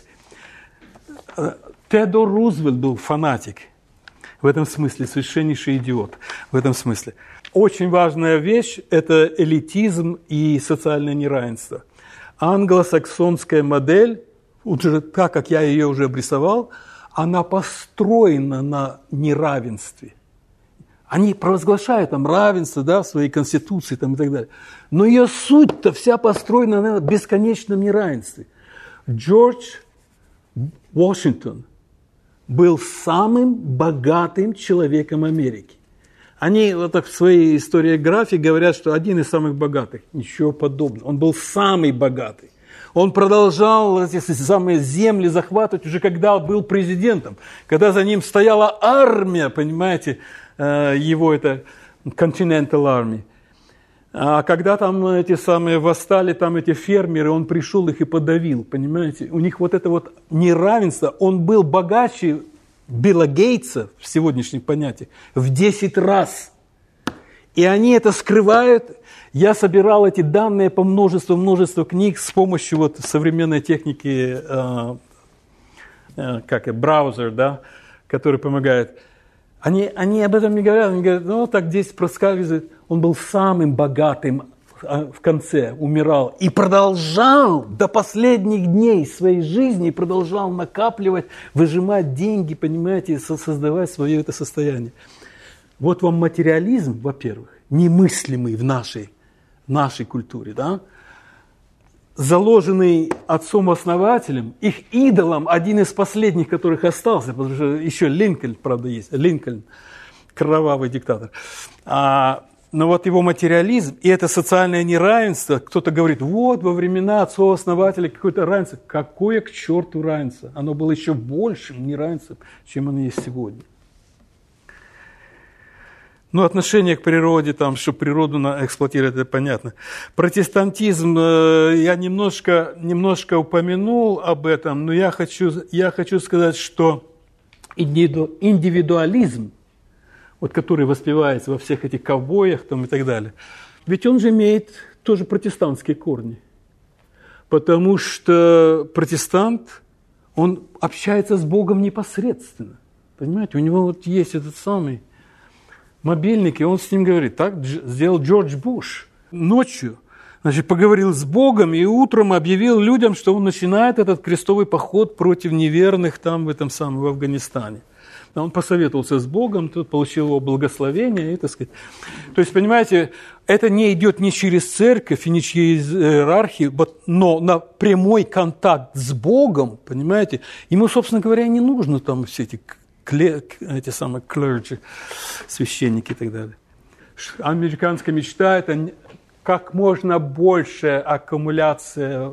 B: Теодор Рузвельт был фанатик. В этом смысле совершеннейший идиот. В этом смысле. Очень важная вещь – это элитизм и социальное неравенство. Англосаксонская модель, уже так, как я ее уже обрисовал, она построена на неравенстве. Они провозглашают там равенство, да, в своей конституции там, и так далее. Но ее суть-то вся построена на бесконечном неравенстве. Джордж Вашингтон был самым богатым человеком Америки. Они вот так в своей историографии говорят, что один из самых богатых. Ничего подобного. Он был самый богатый. Он продолжал эти самые земли захватывать уже когда был президентом. Когда за ним стояла армия, понимаете, его это Continental Army. А когда там эти самые восстали, там эти фермеры, он пришел их и подавил, понимаете. У них вот это вот неравенство. Он был богаче Билла Гейтса, в сегодняшних понятиях, в 10 раз. И они это скрывают. Я собирал эти данные по множеству книг с помощью вот современной техники, браузер, да, который помогает. Они об этом не говорят. Они говорят, ну, так здесь проскальзывает. Он был самым богатым в конце, умирал. И продолжал до последних дней своей жизни, продолжал накапливать, выжимать деньги, понимаете, создавать свое это состояние. Вот вам материализм, во-первых, немыслимый в нашей культуре, да? Заложенный отцом-основателем, их идолом, один из последних, которых остался, потому что еще Линкольн, правда, есть, Линкольн, кровавый диктатор. Но вот его материализм и это социальное неравенство, кто-то говорит, вот во времена отцов-основателей какое-то равенство. Какое к черту равенство? Оно было еще большим неравенством, чем оно есть сегодня. Ну, отношение к природе, там, что природу эксплуатировать, это понятно. Протестантизм, я немножко упомянул об этом, но я хочу сказать, что индивидуализм, вот, который воспевается во всех этих ковбоях там, и так далее, ведь он же имеет тоже протестантские корни. Потому что протестант, он общается с Богом непосредственно. Понимаете, у него вот есть этот самый мобильник, и он с ним говорит, так сделал Джордж Буш ночью. Значит, поговорил с Богом и утром объявил людям, что он начинает этот крестовый поход против неверных там в Афганистане. Он посоветовался с Богом, тот получил его благословение, и, так сказать. То есть, понимаете, это не идет ни через церковь, ни через иерархию, но на прямой контакт с Богом, понимаете, ему, собственно говоря, не нужно там все эти самые clergy, священники и так далее. Американская мечта – это как можно больше аккумуляция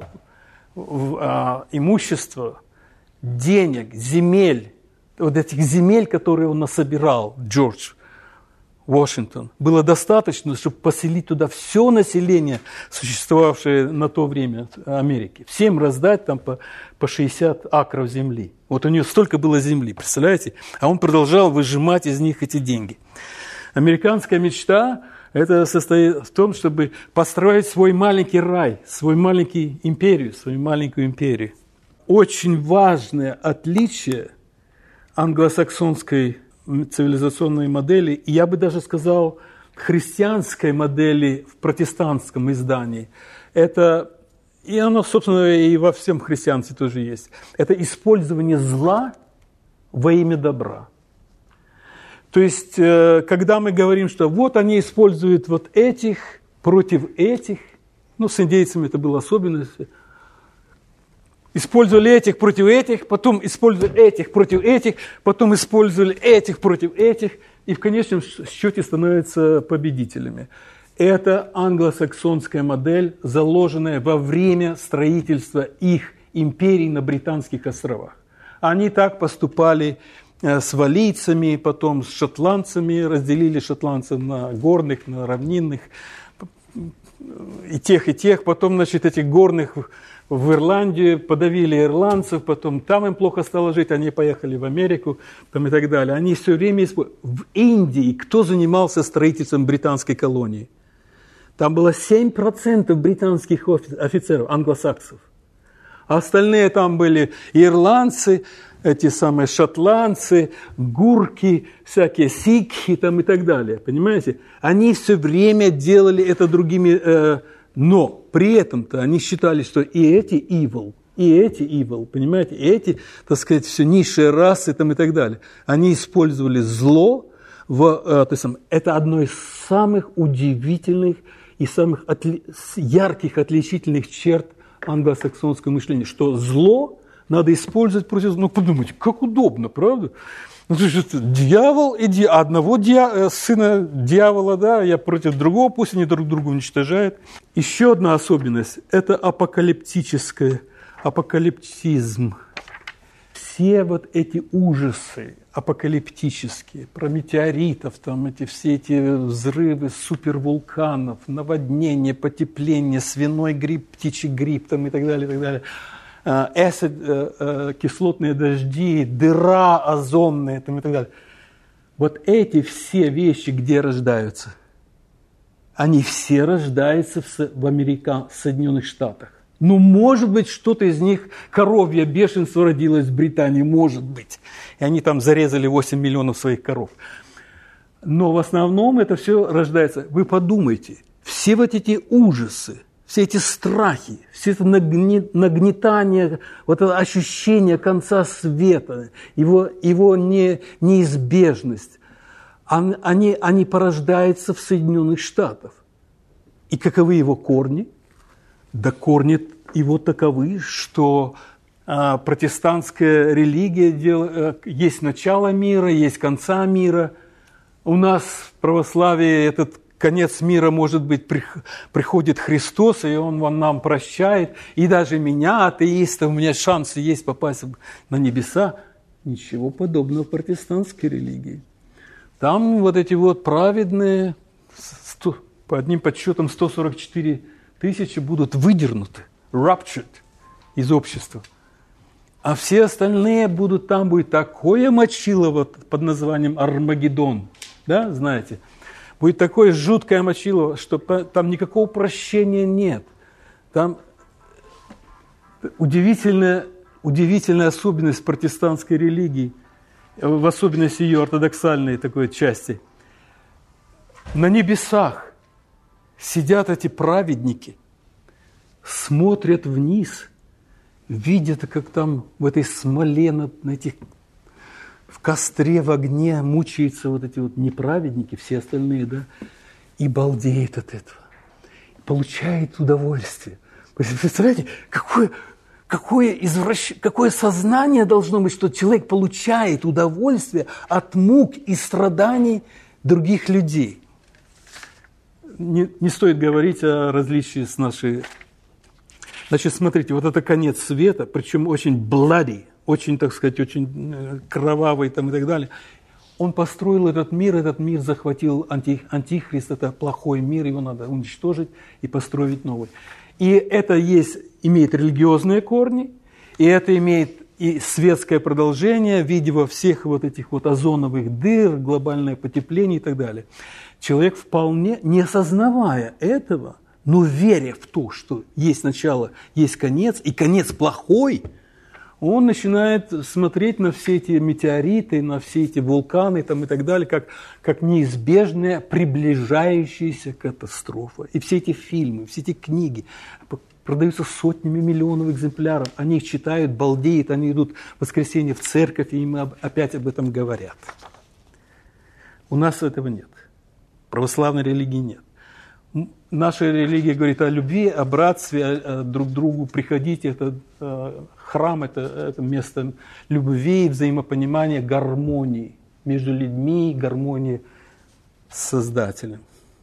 B: имущества, денег, земель, вот этих земель, которые он насобирал, Джордж Вашингтон, было достаточно, чтобы поселить туда все население, существовавшее на то время Америки. Всем раздать там по 60 акров земли. Вот у него столько было земли, представляете? А он продолжал выжимать из них эти деньги. Американская мечта – это состоит в том, чтобы построить свой маленький рай, свою маленькую империю. Очень важное отличие англосаксонской цивилизационной модели, и я бы даже сказал, христианской модели в протестантском издании. Это, и оно, собственно, и во всем христианстве тоже есть. Это использование зла во имя добра. То есть, когда мы говорим, что вот они используют вот этих против этих, ну, с индейцами это было особенность, использовали этих против этих, потом использовали этих против этих, потом использовали этих против этих, и в конечном счете становятся победителями. Это англосаксонская модель, заложенная во время строительства их империй на Британских островах. Они так поступали с валлийцами, потом с шотландцами, разделили шотландцев на горных, на равнинных, и тех. Потом, значит, этих горных в Ирландию подавили ирландцев, потом там им плохо стало жить, они поехали в Америку там, и так далее. Они все время в Индии кто занимался строительством британской колонии? Там было 7% британских офицеров, англосаксов. А остальные там были ирландцы, эти самые шотландцы, гурки, всякие сикхи там и так далее. Понимаете? Они все время делали это другими, но при этом-то они считали, что и эти evil, понимаете? И эти, так сказать, все низшие расы там и так далее. Они использовали зло. Это одно из самых удивительных и самых ярких отличительных черт англосаксонского мышления, что зло надо использовать против зла. Ну, подумайте, как удобно, правда? Ну, то есть, дьявол и одного сына дьявола, да, я против другого, пусть они друг друга уничтожают. Еще одна особенность – это апокалиптизм. Все вот эти ужасы апокалиптические, про метеоритов, там, все эти взрывы супервулканов, наводнение, потепление, свиной грипп, птичий грипп там, и так далее, кислотные дожди, дыра озонная там, и так далее. Вот эти все вещи где рождаются? Они все рождаются в Соединенных Штатах. Ну, может быть, что-то из них, коровье бешенство родилось в Британии, может быть. И они там зарезали 8 миллионов своих коров. Но в основном это все рождается. Вы подумайте, все вот эти ужасы, все эти страхи, все это нагнетание, вот это ощущение конца света, его неизбежность, они порождаются в Соединенных Штатах. И каковы его корни? Да корни его таковы, что протестантская религия, есть начало мира, есть конца мира. У нас в православии этот конец мира, может быть, приходит Христос, и Он нам прощает. И даже меня, атеиста, у меня шансы есть попасть на небеса. Ничего подобного в протестантской религии. Там вот эти вот праведные, по одним подсчетам 144 тысячи будут выдернуты, raptured из общества. А все остальные будут, там будет такое мочило вот, под названием Армагеддон. Да, знаете? Будет такое жуткое мочило, что там никакого прощения нет. Там удивительная особенность протестантской религии, в особенности ее ортодоксальной такой части. На небесах сидят эти праведники, смотрят вниз, видят, как там в этой смоле, в костре, в огне мучаются вот эти вот неправедники, все остальные, да, и балдеют от этого, получают удовольствие. Представляете, какое сознание должно быть, что человек получает удовольствие от мук и страданий других людей. Не стоит говорить о различии с нашей... Значит, смотрите, вот это конец света, причем очень bloody, очень, так сказать, очень кровавый там и так далее. Он построил этот мир захватил антихрист, это плохой мир, его надо уничтожить и построить новый. И это имеет религиозные корни, и это имеет и светское продолжение в виде во всех вот этих вот озоновых дыр, глобальное потепление и так далее. Человек вполне, не осознавая этого, но веря в то, что есть начало, есть конец, и конец плохой, он начинает смотреть на все эти метеориты, на все эти вулканы там, и так далее, как неизбежная приближающаяся катастрофа. И все эти фильмы, все эти книги продаются сотнями миллионов экземпляров. Они их читают, балдеют, они идут в воскресенье в церковь, и им опять об этом говорят. У нас этого нет. Православной религии нет. Наша религия говорит о любви, о братстве, о друг другу приходите, это Храм – это место любви, взаимопонимания, гармонии между людьми, гармонии с Создателем.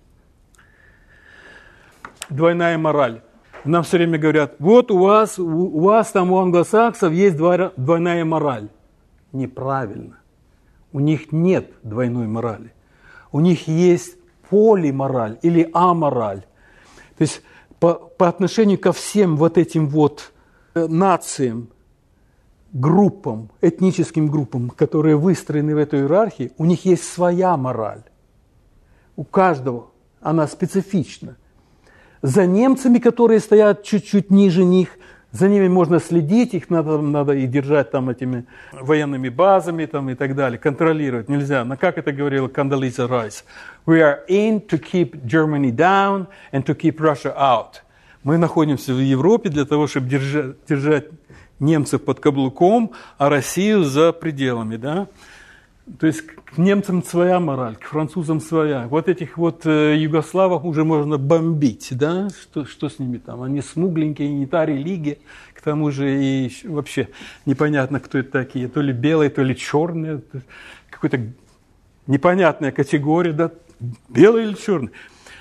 B: Двойная мораль. Нам все время говорят, вот у вас там у англосаксов есть двойная мораль. Неправильно. У них нет двойной морали. У них есть полимораль или амораль. То есть по отношению ко всем вот этим вот нациям, группам, этническим группам, которые выстроены в этой иерархии, у них есть своя мораль. У каждого она специфична. За немцами, которые стоят чуть-чуть ниже них, за ними можно следить, их надо и держать там этими военными базами там, и так далее, контролировать нельзя. Но как это говорила Кондолиза Райс? We are in to keep Germany down and to keep Russia out. Мы находимся в Европе для того, чтобы держать немцев под каблуком, а Россию за пределами, да? То есть к немцам своя мораль, к французам своя. Вот этих вот югославов уже можно бомбить, да? Что с ними там? Они смугленькие, не та религия, к тому же и вообще непонятно, кто это такие. То ли белые, то ли черные. Какая-то непонятная категория, да? Белый или черный.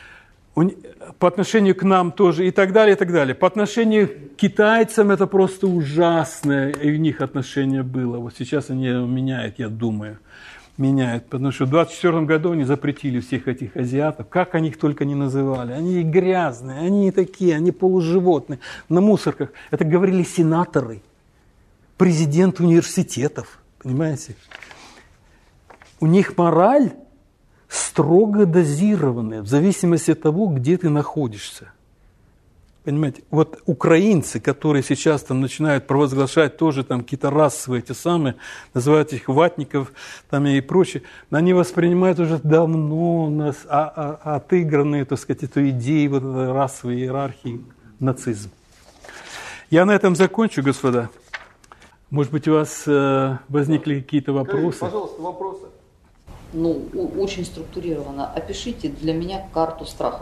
B: По отношению к нам тоже и так далее, и так далее. По отношению к китайцам это просто ужасное и у них отношение было. Вот сейчас они меняют, я думаю, потому что в 1924 году они запретили всех этих азиатов, как они их только не называли. Они грязные, они такие, они полуживотные, на мусорках. Это говорили сенаторы, президенты университетов, понимаете? У них мораль строго дозированные, в зависимости от того, где ты находишься. Понимаете, вот украинцы, которые сейчас там начинают провозглашать тоже там какие-то расовые эти самые, называют их ватников там и прочее, они воспринимают уже давно нас отыгранные, так сказать, эту идею вот этой расовой иерархии, нацизм. Я на этом закончу, господа. Может быть, у вас возникли какие-то вопросы?
C: Пожалуйста, вопросы.
D: Очень структурированно. Опишите для меня карту страхов.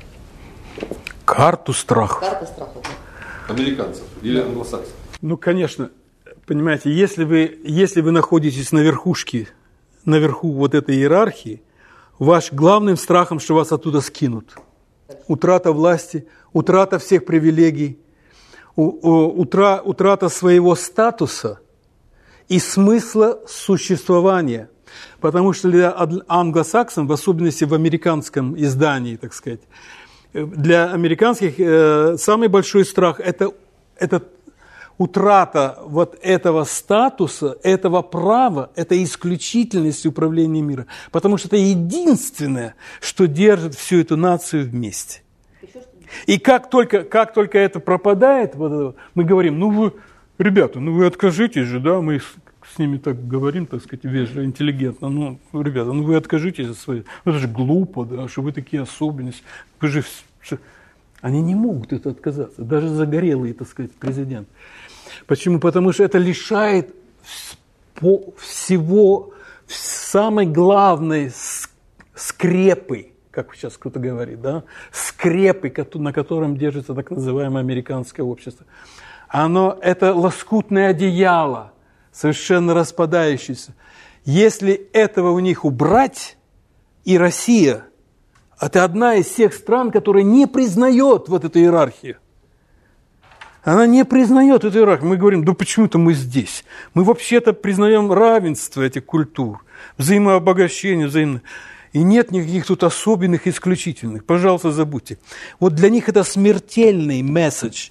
B: Карту страхов?
D: Карта страхов, да.
C: Американцев или англосаксов?
B: Конечно, понимаете, если вы находитесь наверху вот этой иерархии, ваш главным страхом, что вас оттуда скинут. Утрата власти, утрата всех привилегий, утрата своего статуса и смысла существования. Потому что для англосаксов, в особенности в американском издании, так сказать, для американских самый большой страх – это утрата вот этого статуса, этого права, этой исключительности управления миром. Потому что это единственное, что держит всю эту нацию вместе. И как только это пропадает, мы говорим, ребята, вы откажитесь же, да, мы с ними так говорим, так сказать, вежливо, интеллигентно. Ребята, вы откажитесь от своей. Это же глупо, да, что вы такие особенности. Вы же... Они не могут это отказаться. Даже загорелый, так сказать, президент. Почему? Потому что это лишает всего самой главной скрепы, как сейчас кто-то говорит, да, скрепы, на котором держится так называемое американское общество. Это лоскутное одеяло, совершенно распадающийся. Если этого у них убрать, и Россия, это одна из тех стран, которая не признает вот эту иерархию. Она не признает эту иерархию. Мы говорим, почему-то мы здесь. Мы вообще-то признаем равенство этих культур, взаимообогащение, И нет никаких тут особенных, исключительных. Пожалуйста, забудьте. Вот для них это смертельный месседж.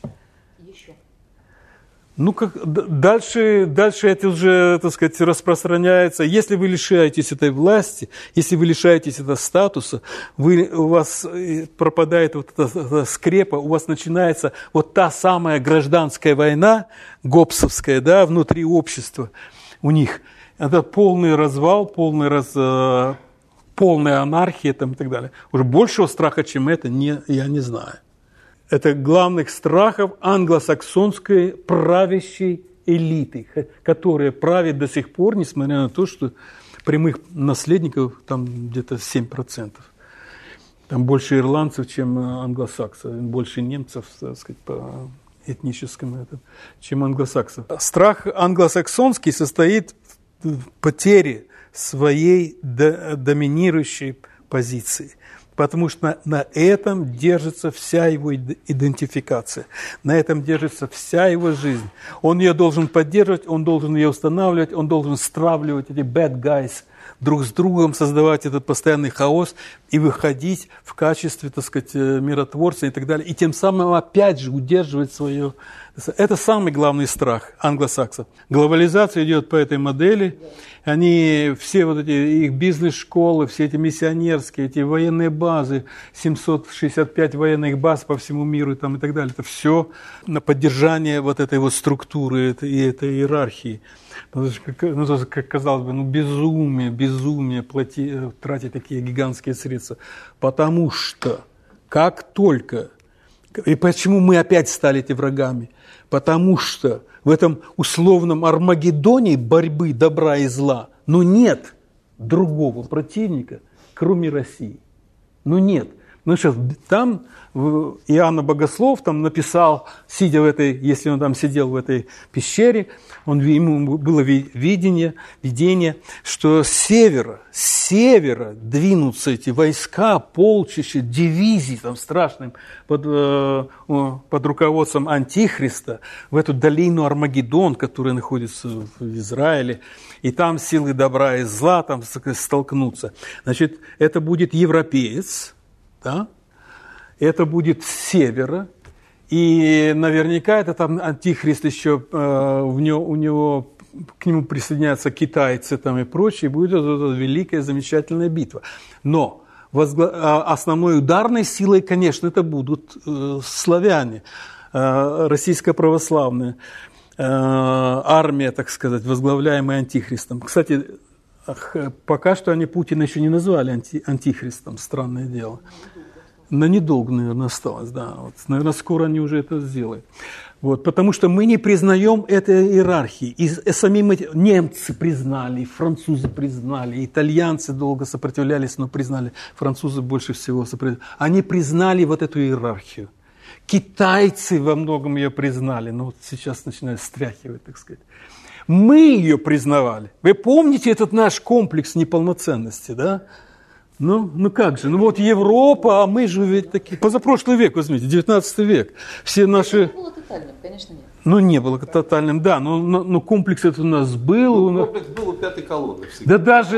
B: Дальше это уже, так сказать, распространяется. Если вы лишаетесь этой власти, если вы лишаетесь этого статуса, у вас пропадает вот эта скрепа, у вас начинается вот та самая гражданская война, гоббсовская, да, внутри общества у них. Это полный развал, полная анархия там, и так далее. Уже большего страха, чем это, я не знаю. Это главных страхов англосаксонской правящей элиты, которая правит до сих пор, несмотря на то, что прямых наследников там где-то 7%. Там больше ирландцев, чем англосаксов, больше немцев, так сказать, этническом, чем англосаксов. Страх англосаксонский состоит в потере своей доминирующей позиции. Потому что на этом держится вся его идентификация, на этом держится вся его жизнь. Он ее должен поддерживать, он должен ее устанавливать, он должен стравливать эти bad guys друг с другом, создавать этот постоянный хаос и выходить в качестве, так сказать, миротворца и так далее. И тем самым опять же удерживать свое... Это самый главный страх англосаксов. Глобализация идет по этой модели. Они, все вот эти их бизнес-школы, все эти миссионерские, эти военные базы, 765 военных баз по всему миру и так далее. Это все на поддержание вот этой вот структуры и этой иерархии. Как казалось бы, безумие тратить такие гигантские средства. Потому что как только... И почему мы опять стали эти врагами? Потому что в этом условном Армагеддоне борьбы добра и зла, нет другого противника, кроме России. Нет. Сейчас там Иоанн Богослов там написал, сидя в этой, если он там сидел в этой пещере, ему было видение, что с севера двинутся эти войска, полчища, дивизии там страшным под руководством Антихриста в эту долину Армагеддон, которая находится в Израиле, и там силы добра и зла там столкнутся. Значит, это будет европеец, да? Это будет с севера, и наверняка это там Антихрист еще, к нему присоединятся китайцы там и прочее, и будет эта великая, замечательная битва. Но основной ударной силой, конечно, это будут славяне, российская православная армия, так сказать, возглавляемая Антихристом. Кстати, пока что они Путина еще не назвали антихристом, странное дело. На недолго, наверное, осталось, да. Наверное, скоро они уже это сделают. Потому что мы не признаем этой иерархии. И самим немцы признали, французы признали, итальянцы долго сопротивлялись, но признали, французы больше всего сопротивлялись. Они признали вот эту иерархию. Китайцы во многом ее признали, но сейчас начинают стряхивать, так сказать. Мы ее признавали. Вы помните этот наш комплекс неполноценности, да? Как же? Европа, а мы же ведь такие... Позапрошлый век, возьмите, 19 век. Все наши...
D: Это было тотальным, конечно, нет.
B: Не было тотальным, да, но комплекс этот у нас был.
C: Комплекс был у пятой колонны всегда.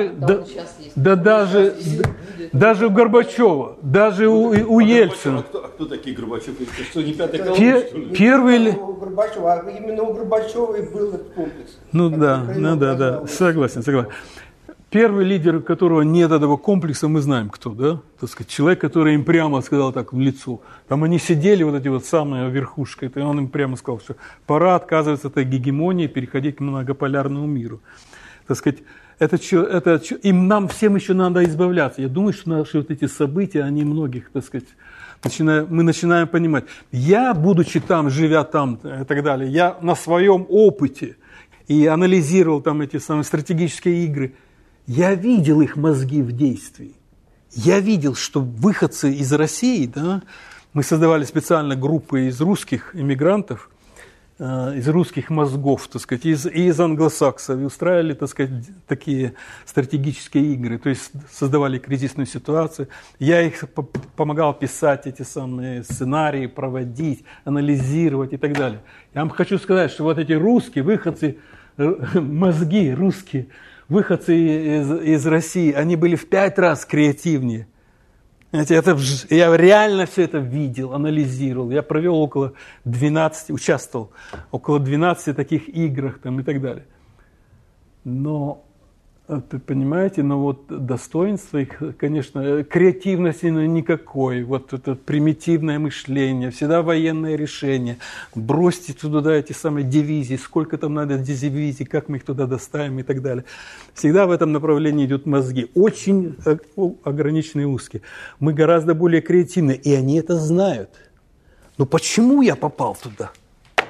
B: Даже у Горбачева, даже у Ельцина.
C: А кто такие Горбачев? Это что, не пятая колонна, что ли?
B: Первый...
E: У Горбачева, а именно у Горбачева и был этот комплекс.
B: Да, согласен. Первый лидер, у которого нет этого комплекса, мы знаем кто, да? Так сказать, человек, который им прямо сказал так в лицо. Там они сидели, вот эти вот самые верхушка, и он им прямо сказал, что пора отказываться от этой гегемонии и переходить к многополярному миру. Так сказать, нам всем еще надо избавляться. Я думаю, что наши вот эти события, они многих, так сказать, мы начинаем понимать. Я, будучи там, живя там и так далее, я на своем опыте и анализировал там эти самые стратегические игры, я видел их мозги в действии. Я видел, что выходцы из России, да, мы создавали специально группы из русских иммигрантов, из русских мозгов, так сказать, из англосаксов, и устраивали, так сказать, такие стратегические игры, то есть создавали кризисную ситуацию. Я их помогал писать эти самые сценарии, проводить, анализировать и так далее. Я вам хочу сказать, что вот эти русские выходцы, мозги русские, выходцы из России, они были в 5 раз креативнее. Знаете, я реально все это видел, анализировал. Я провел участвовал около 12 таких играх там, и так далее. Но, понимаете, достоинство их, конечно, креативности никакой. Вот это примитивное мышление, всегда военное решение. Бросьте туда эти самые дивизии, сколько там надо дивизий, как мы их туда доставим и так далее. Всегда в этом направлении идут мозги. Очень ограниченные, узкие. Мы гораздо более креативны, и они это знают. Но почему я попал туда?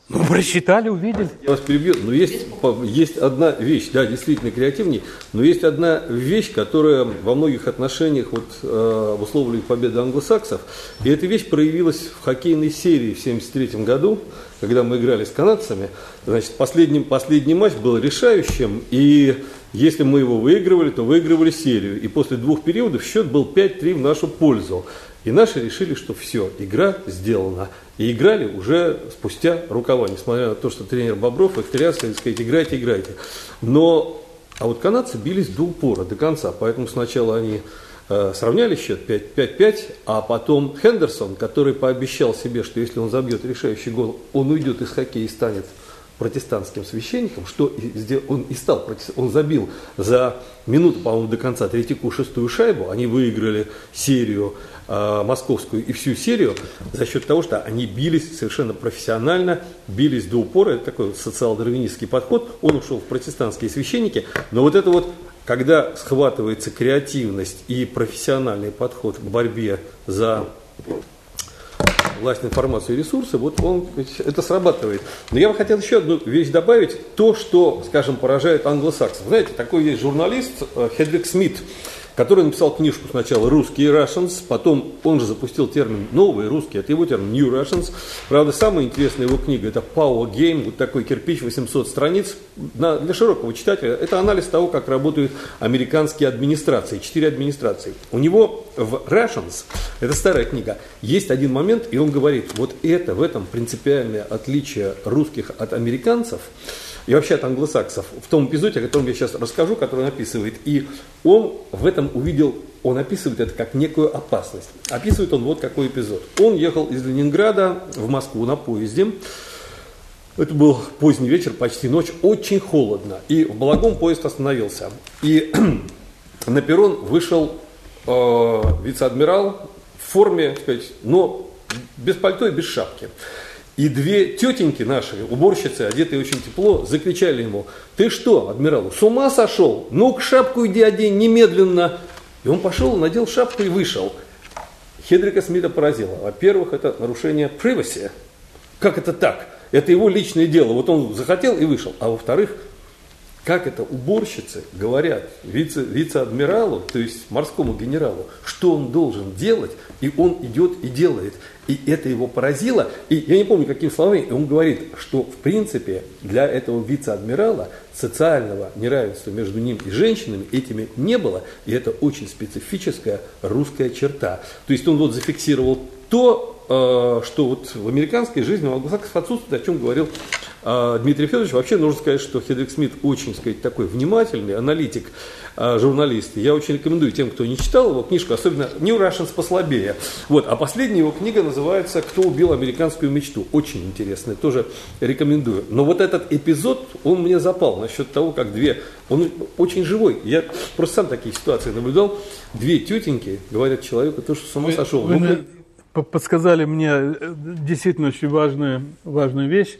B: Ну, просчитали, увидели.
C: Я вас перебью, но есть одна вещь, да, действительно креативней, но есть одна вещь, которая во многих отношениях обусловливает победу англосаксов. И эта вещь проявилась в хоккейной серии в 1973 году, когда мы играли с канадцами. Значит, последний матч был решающим, и если мы его выигрывали, то выигрывали серию. И после 2 периодов счет был 5-3 в нашу пользу. И наши решили, что все, игра сделана. И играли уже спустя рукава, несмотря на то, что тренер Бобров их тряс и сказать, играйте. А вот канадцы бились до упора, до конца. Поэтому сначала они сравняли счет 5-5, а потом Хендерсон, который пообещал себе, что если он забьет решающий гол, он уйдет из хоккея и станет протестантским священником, что он и стал. Он забил за минуту, по-моему, до конца Третьяку 6-ю шайбу. Они выиграли серию московскую и всю серию за счет того, что они бились совершенно профессионально, бились до упора. Это такой социал-дарвинистский подход. Он ушел в протестантские священники. Но вот это вот, когда схватывается креативность и профессиональный подход к борьбе за власть, информацию и ресурсы, вот это срабатывает. Но я бы хотел еще одну вещь добавить, то, что, скажем, поражает англосаксов. Знаете, такой есть журналист Хедрик Смит, который написал книжку сначала «Русские Russians», потом он же запустил термин «Новые русские», это его термин «New Russians». Правда, самая интересная его книга – это «Power Game», вот такой кирпич, 800 страниц. Для широкого читателя это анализ того, как работают американские администрации, 4 администрации. У него в «Russians», это старая книга, есть один момент, и он говорит, вот это, в этом принципиальное отличие русских от американцев, и вообще от англосаксов, в том эпизоде, о котором я сейчас расскажу, который он описывает, и он в этом увидел, он описывает это как некую опасность. Описывает он вот какой эпизод. Он ехал из Ленинграда в Москву на поезде, это был поздний вечер, почти ночь, очень холодно, и в Балагом поезд остановился, и на перрон вышел вице-адмирал в форме, так сказать, но без пальто и без шапки. И 2 тетеньки наши, уборщицы, одетые очень тепло, закричали ему: «Ты что, адмиралу, с ума сошел? Ну-ка шапку иди одень немедленно!» И он пошел, надел шапку и вышел. Хедрика Смита поразило. Во-первых, это нарушение privacy. Как это так? Это его личное дело. Вот он захотел и вышел. А во-вторых, как это уборщицы говорят вице-адмиралу, то есть морскому генералу, что он должен делать, и он идет и делает. И это его поразило. И я не помню, какими словами, он говорит, что в принципе для этого вице-адмирала социального неравенства между ним и женщинами этими не было. И это очень специфическая русская черта. То есть он вот зафиксировал то, что вот в американской жизни у англосаксов отсутствует, о чем говорил Дмитрий Федорович. Вообще нужно сказать, что Хедрик Смит очень, сказать, такой внимательный аналитик, журналист. Я очень рекомендую тем, кто не читал его книжку, особенно New Russians послабее. Вот. А последняя его книга называется «Кто убил американскую мечту». Очень интересная, тоже рекомендую. Но вот этот эпизод, он мне запал насчет того, как он очень живой. Я просто сам такие ситуации наблюдал. 2 тетеньки говорят человеку, то, что с ума сошел.
B: Вы подсказали мне действительно очень важную вещь.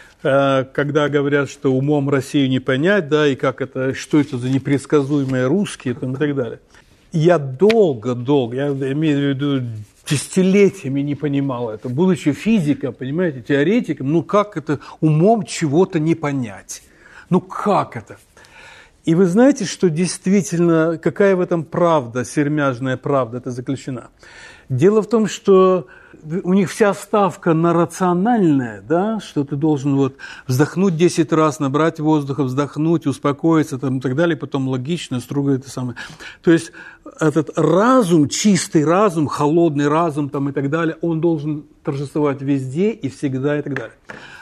B: Когда говорят, что умом Россию не понять, да, и как это, что это за непредсказуемые русские там, и так далее. Я долго, я имею в виду десятилетиями не понимал это. Будучи физиком, понимаете, теоретиком, ну как это умом чего-то не понять? Ну как это? И вы знаете, что действительно, какая в этом правда, сермяжная правда это заключена? Дело в том, что у них вся ставка на рациональное, да, что ты должен вот вздохнуть 10 раз, набрать воздуха, вздохнуть, успокоиться там, и так далее, потом логично, строго это самое. То есть этот разум, чистый разум, холодный разум там, и так далее, он должен торжествовать везде и всегда и так далее.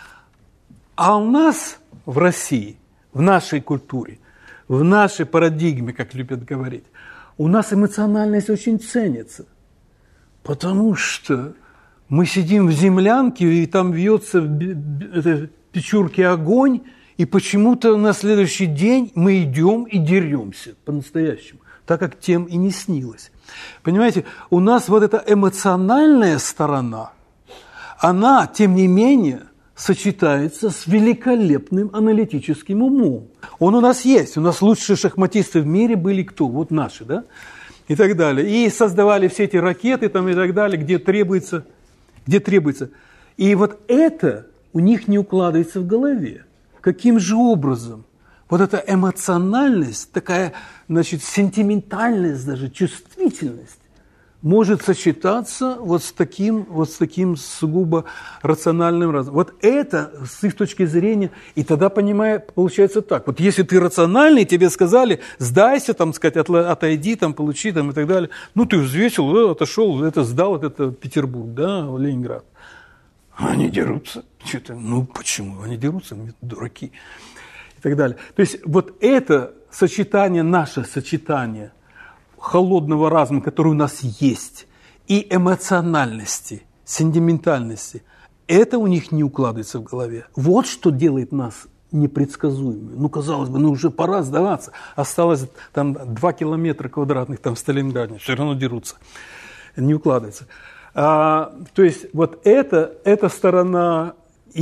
B: А у нас в России, в нашей культуре, в нашей парадигме, как любят говорить, у нас эмоциональность очень ценится. Потому что мы сидим в землянке, и там вьется в печурке огонь, и почему-то на следующий день мы идем и деремся по-настоящему, так как тем и не снилось. Понимаете, у нас вот эта эмоциональная сторона, она, тем не менее, сочетается с великолепным аналитическим умом. Он у нас есть. У нас лучшие шахматисты в мире были кто? Вот наши, да? И так далее. И создавали все эти ракеты там, и так далее, где требуется. И вот это у них не укладывается в голове. Каким же образом вот эта эмоциональность, такая, значит, сентиментальность, даже чувствительность может сочетаться вот с таким сугубо рациональным разумом. Вот это с их точки зрения, и тогда, получается так. Вот если ты рациональный, тебе сказали, сдайся, там, сказать, отойди, там, получи, там, и так далее. Ну, ты взвесил, отошел, это сдал, это Петербург, да, Ленинград. Они дерутся. Что-то, ну, почему? Они дерутся, дураки. И так далее. То есть вот это сочетание, наше сочетание холодного разума, который у нас есть, и эмоциональности, сентиментальности, это у них не укладывается в голове. Вот что делает нас непредсказуемыми. Ну, казалось бы, уже пора сдаваться. Осталось там 2 километра квадратных там в Сталинграде. Все равно дерутся. Не укладывается. То есть вот эта сторона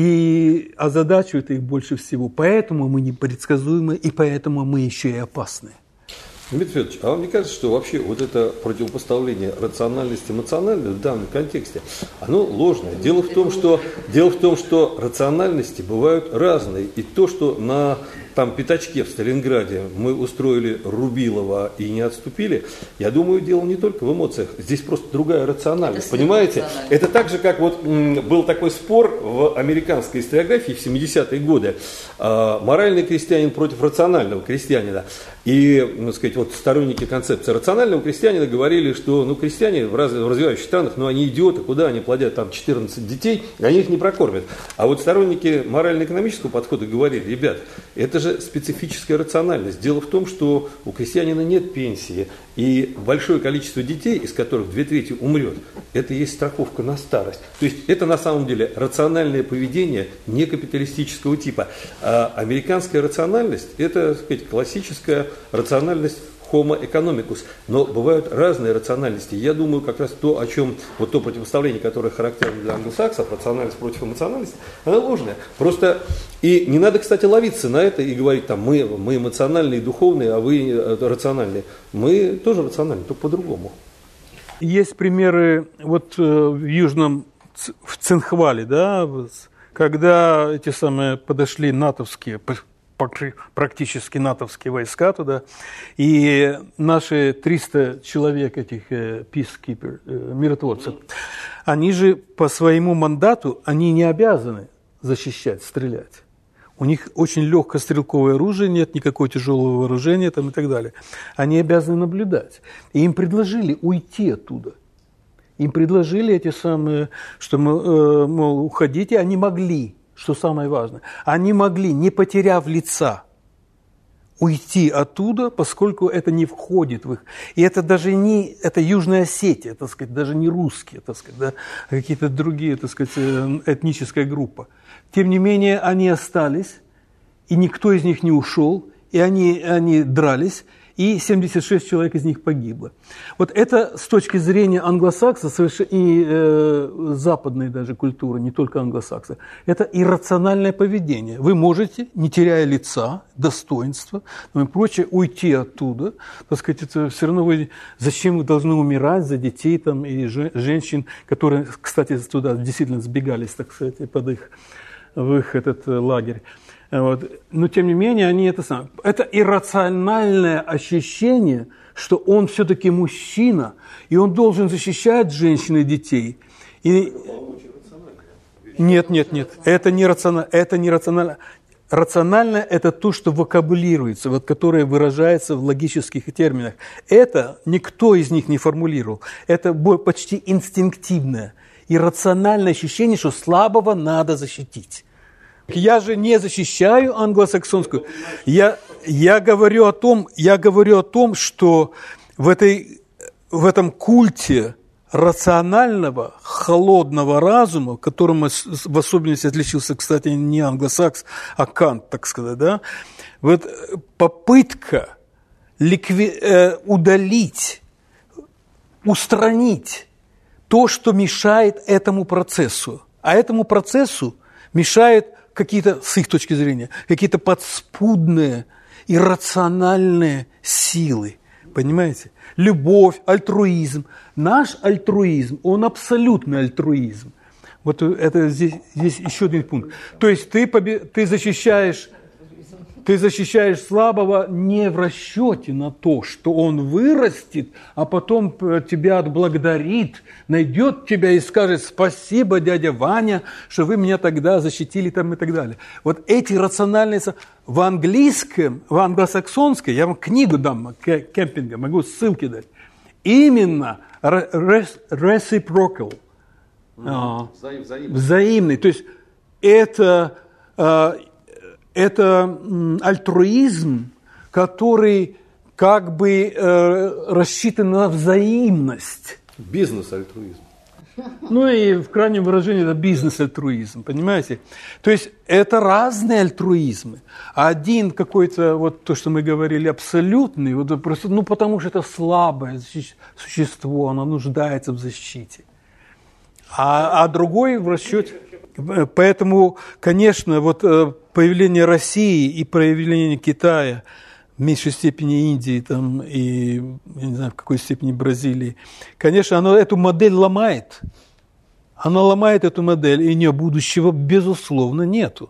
B: и озадачивает их больше всего. Поэтому мы непредсказуемы, и поэтому мы еще и опасны.
C: Дмитрий Федорович, а вам не кажется, что вообще вот это противопоставление рациональности эмоциональности в данном контексте, оно ложное? Дело в том, что рациональности бывают разные. И то, что на пятачке в Сталинграде мы устроили Рубилова и не отступили, я думаю, дело не только в эмоциях. Здесь просто другая рациональность. Понимаете? Это так же, как вот был такой спор в американской историографии в 70-е годы. Моральный крестьянин против рационального крестьянина. И, так сказать, вот сторонники концепции рационального крестьянина говорили, что крестьяне в развивающих странах, они идиоты, куда они плодят там 14 детей, они их не прокормят. А вот сторонники морально-экономического подхода говорили, ребят, это же специфическая рациональность. Дело в том, что у крестьянина нет пенсии, и большое количество детей, из которых 2/3 умрет, это и есть страховка на старость. То есть это на самом деле рациональное поведение не капиталистического типа. А американская рациональность – это, так сказать, классическая рациональность homo economicus. Но бывают разные рациональности. Я думаю, как раз то, о чем, вот то противопоставление, которое характерно для англосаксов, рациональность против эмоциональности, оно ложное. Просто и не надо, кстати, ловиться на это и говорить, там, мы эмоциональные и духовные, а вы рациональные. Мы тоже рациональны, только по-другому.
B: Есть примеры вот в Южном, в Цинхвале, да, когда эти самые подошли натовские, практически натовские войска туда, и наши 300 человек, этих peacekeeper, миротворцев, они же по своему мандату, они не обязаны защищать, стрелять. У них очень легкое стрелковое оружие, нет никакого тяжелого вооружения там, и так далее. Они обязаны наблюдать. И им предложили уйти оттуда. Им предложили эти самые, что, мол, уходите, они могли. Что самое важное, они могли, не потеряв лица, уйти оттуда, поскольку это не входит в их. И это даже не, это Южная Осетия, так сказать, даже не русские, так сказать, да, а какие-то другие, так сказать, этническая группа. Тем не менее, они остались, и никто из них не ушел, и они дрались, и 76 человек из них погибло. Вот это с точки зрения англосаксов и западной даже культуры, не только англосаксов, это иррациональное поведение. Вы можете, не теряя лица, достоинства и прочее, уйти оттуда. Так сказать, это все равно зачем вы должны умирать за детей там, и женщин, которые, кстати, туда действительно сбегались, так сказать, в их этот лагерь. Вот. Но, тем не менее, они это самое. Это иррациональное ощущение, что он все-таки мужчина, и он должен защищать женщин и детей. И... Нет, это не рационально. Рационально – это то, что вокабулируется, вот, которое выражается в логических терминах. Это никто из них не формулировал. Это почти инстинктивное, иррациональное ощущение, что слабого надо защитить. Я же не защищаю англосаксонскую. Я говорю о том, что в этом культе рационального, холодного разума, которым в особенности отличился, кстати, не англосакс, а Кант, так сказать, да, вот попытка удалить, устранить то, что мешает этому процессу. А этому процессу мешает какие-то, с их точки зрения, какие-то подспудные, иррациональные силы. Понимаете? Любовь, альтруизм. Наш альтруизм, он абсолютный альтруизм. Вот это здесь еще один пункт. То есть ты защищаешь слабого не в расчете на то, что он вырастет, а потом тебя отблагодарит, найдет тебя и скажет: спасибо, дядя Ваня, что вы меня тогда защитили там и так далее. Вот эти рациональные... В английском, в англосаксонской, я вам книгу дам, Кемпинга, могу ссылки дать, именно reciprocal, взаимный. То есть это альтруизм, который как бы рассчитан на взаимность.
C: Бизнес-альтруизм.
B: Ну и в крайнем выражении это бизнес-альтруизм, понимаете? То есть это разные альтруизмы. Один какой-то, вот то, что мы говорили, абсолютный, вот просто, ну потому что это слабое существо, оно нуждается в защите. А другой в расчете. Поэтому, конечно, вот появление России и появление Китая, в меньшей степени Индии там, и, я не знаю, в какой степени Бразилии, конечно, оно эту модель ломает. Она ломает эту модель, и у нее будущего, безусловно, нету.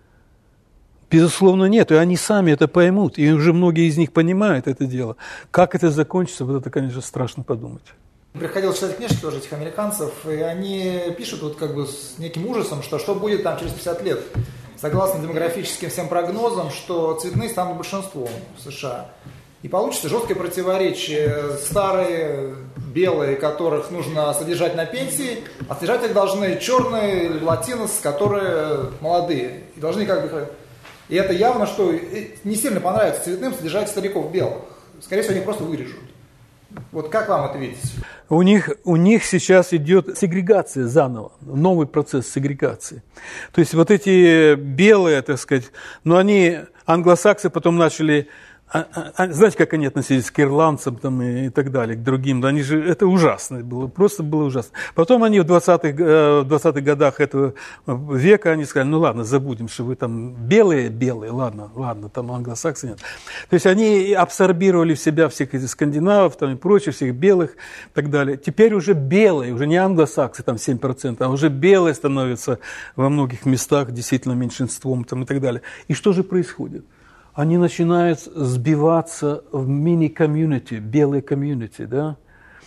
B: Безусловно, нет. И они сами это поймут. И уже многие из них понимают это дело. Как это закончится, вот это, конечно, страшно подумать.
F: Приходилось читать книжки тоже этих американцев, и они пишут вот как бы с неким ужасом, что будет там через 50 лет. Согласно демографическим всем прогнозам, что цветные станут большинством в США. И получится жесткое противоречие. Старые, белые, которых нужно содержать на пенсии, а содержать их должны черные, латинос, которые молодые. И должны как бы... И это явно, что не сильно понравится цветным содержать стариков белых. Скорее всего, они просто вырежут. Вот как вам это видите?
B: У них сейчас идет сегрегация заново, новый процесс сегрегации. То есть вот эти белые, так сказать, но они, англосаксы, потом начали... знаете, как они относились к ирландцам там, и так далее, к другим? Они же, это ужасно было, просто было ужасно. Потом они в 20-х годах этого века они сказали: ну ладно, забудем, что вы там белые, ладно, там англосаксы нет. То есть они абсорбировали в себя всех этих скандинавов там, и прочих, всех белых и так далее. Теперь уже белые, уже не англосаксы, там 7%, а уже белые становятся во многих местах действительно меньшинством там, и так далее. И что же происходит? Они начинают сбиваться в мини-комьюнити, белые комьюнити, да?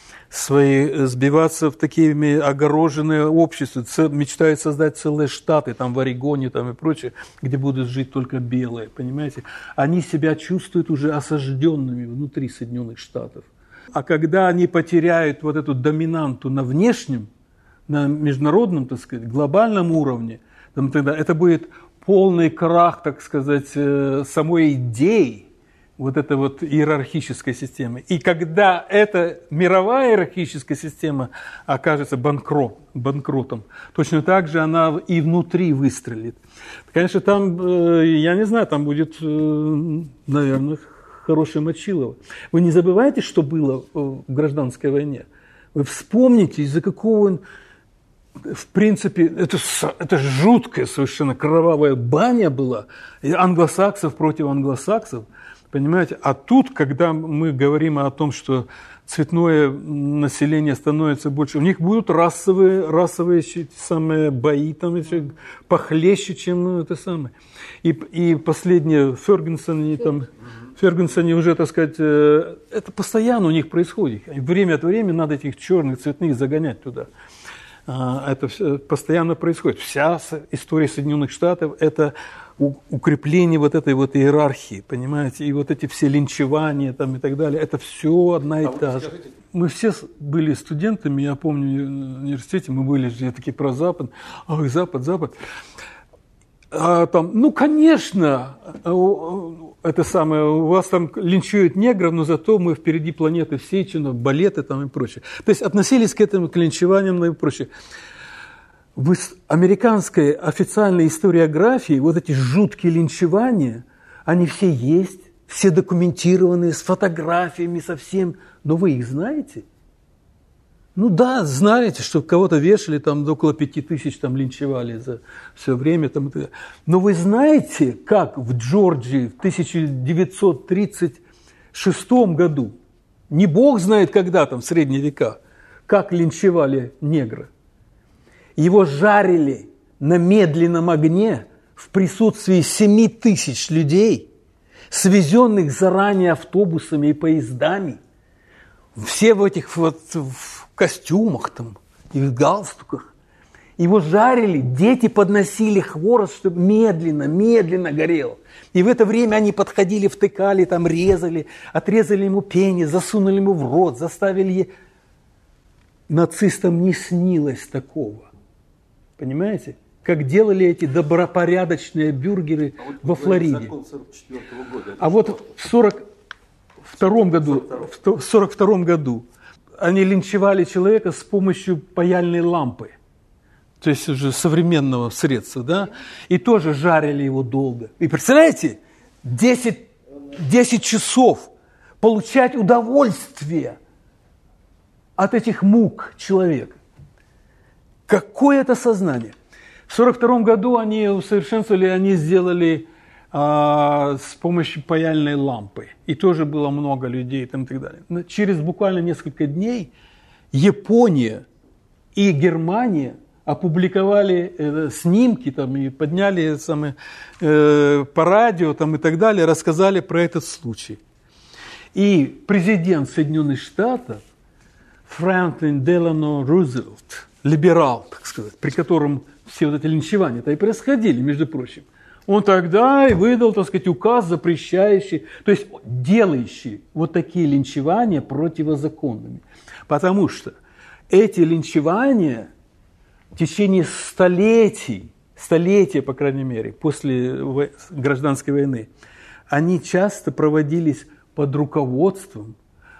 B: Сбиваться в такие огороженные общества, мечтают создать целые штаты, там в Орегоне там, и прочее, где будут жить только белые, понимаете? Они себя чувствуют уже осажденными внутри Соединенных Штатов. А когда они потеряют вот эту доминанту на внешнем, на международном, так сказать, глобальном уровне, тогда это будет... полный крах, так сказать, самой идеи вот этой вот иерархической системы. И когда эта мировая иерархическая система окажется банкротом, точно так же она и внутри выстрелит. Конечно, там, я не знаю, там будет, наверное, хорошее мочилово. Вы не забывайте, что было в гражданской войне. Вы вспомните, из-за какого... В принципе, это жуткая совершенно кровавая баня была. Англосаксов против англосаксов. Понимаете? А тут, когда мы говорим о том, что цветное население становится больше, у них будут расовые самые бои, там, еще похлеще, чем это самое. И последнее, в Фергюсоне уже, так сказать, это постоянно у них происходит. Время от времени надо этих черных цветных загонять туда. Это постоянно происходит. Вся история Соединенных Штатов – это укрепление вот этой вот иерархии, понимаете? И вот эти все линчевания там и так далее – это все одна и та же. Мы все были студентами, я помню, в университете мы были же такие про Запад. Ой, Запад. Там, ну, конечно, это самое, у вас там линчуют негров, но зато мы впереди планеты всей, балеты там и прочее. То есть относились к этому, к линчеваниям и прочее. В американской официальной историографии вот эти жуткие линчевания, они все есть, все документированные, с фотографиями, со всем. Но вы их знаете? Ну да, знаете, что кого-то вешали, там около 5000 там линчевали за все время. Там, но вы знаете, как в Джорджии в 1936 году, не бог знает когда там, в средние века, как линчевали негра. Его жарили на медленном огне в присутствии 7 тысяч людей, свезенных заранее автобусами и поездами. Все в этих вот в костюмах там и в галстуках. Его жарили, дети подносили хворост, чтобы медленно горел. И в это время они подходили, втыкали, там резали, отрезали ему пенис, засунули ему в рот, заставили... Нацистам не снилось такого. Понимаете? Как делали эти добропорядочные бюргеры во Флориде. А вот в 1942 году они линчевали человека с помощью паяльной лампы. То есть уже современного средства, да? И тоже жарили его долго. И представляете, 10 часов получать удовольствие от этих мук человека. Какое это сознание? В 1942 году они усовершенствовали, они сделали с помощью паяльной лампы. И тоже было много людей там, и так далее. Но через буквально несколько дней Япония и Германия опубликовали снимки там, и подняли по радио там, и так далее, рассказали про этот случай. И президент Соединенных Штатов Франклин Делано Рузвельт, либерал, так сказать, при котором все вот эти линчевания-то и происходили, между прочим, он тогда и выдал, так сказать, указ, запрещающий, то есть делающий вот такие линчевания противозаконными. Потому что эти линчевания в течение столетия, по крайней мере, после гражданской войны, они часто проводились под руководством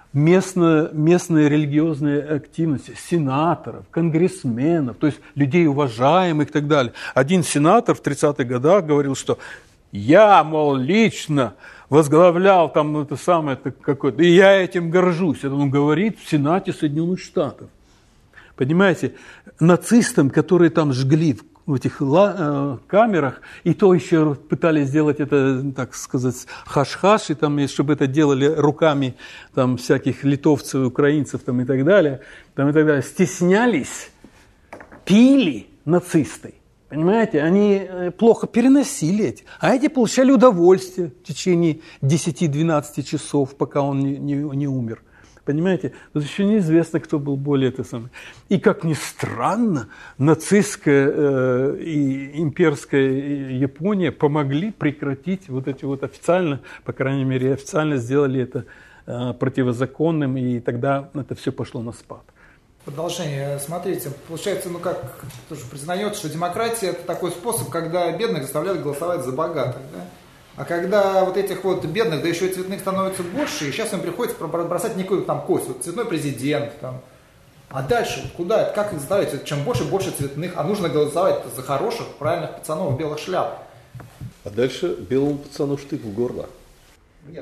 B: местной религиозной активности, сенаторов, конгрессменов, то есть людей уважаемых и так далее. Один сенатор в 30-х годах говорил, что я, мол, лично возглавлял там это самое какое-то, и я этим горжусь. Это он говорит в Сенате Соединенных Штатов. Понимаете, нацистам, которые там жгли в этих камерах, и то еще пытались сделать это, так сказать, хаш-хаш, и там, чтобы это делали руками там, всяких литовцев, украинцев там, и так далее, стеснялись, пили нацисты. Понимаете, они плохо переносили эти, а эти получали удовольствие в течение 10-12 часов, пока он не умер. Понимаете, тут еще неизвестно, кто был более это самое. И, как ни странно, нацистская и имперская Япония помогли прекратить вот эти вот официально, по крайней мере, официально сделали это противозаконным, и тогда это все пошло на спад.
F: Продолжение. Смотрите, получается, как тоже признается, что демократия – это такой способ, когда бедных заставляют голосовать за богатых, да? А когда вот этих вот бедных, да еще и цветных становится больше, и сейчас им приходится бросать некую там кость, вот цветной президент, там. А дальше вот куда это, как их заставить? Чем больше цветных, а нужно голосовать за хороших, правильных пацанов в белых шляпах.
C: А дальше белому пацану штык в горло.
F: Нет,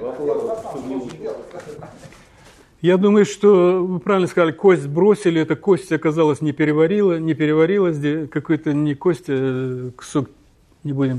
B: я думаю, что вы правильно сказали, кость бросили, эта кость оказалась не переварилась, какой-то не кость, а кусок, не будем.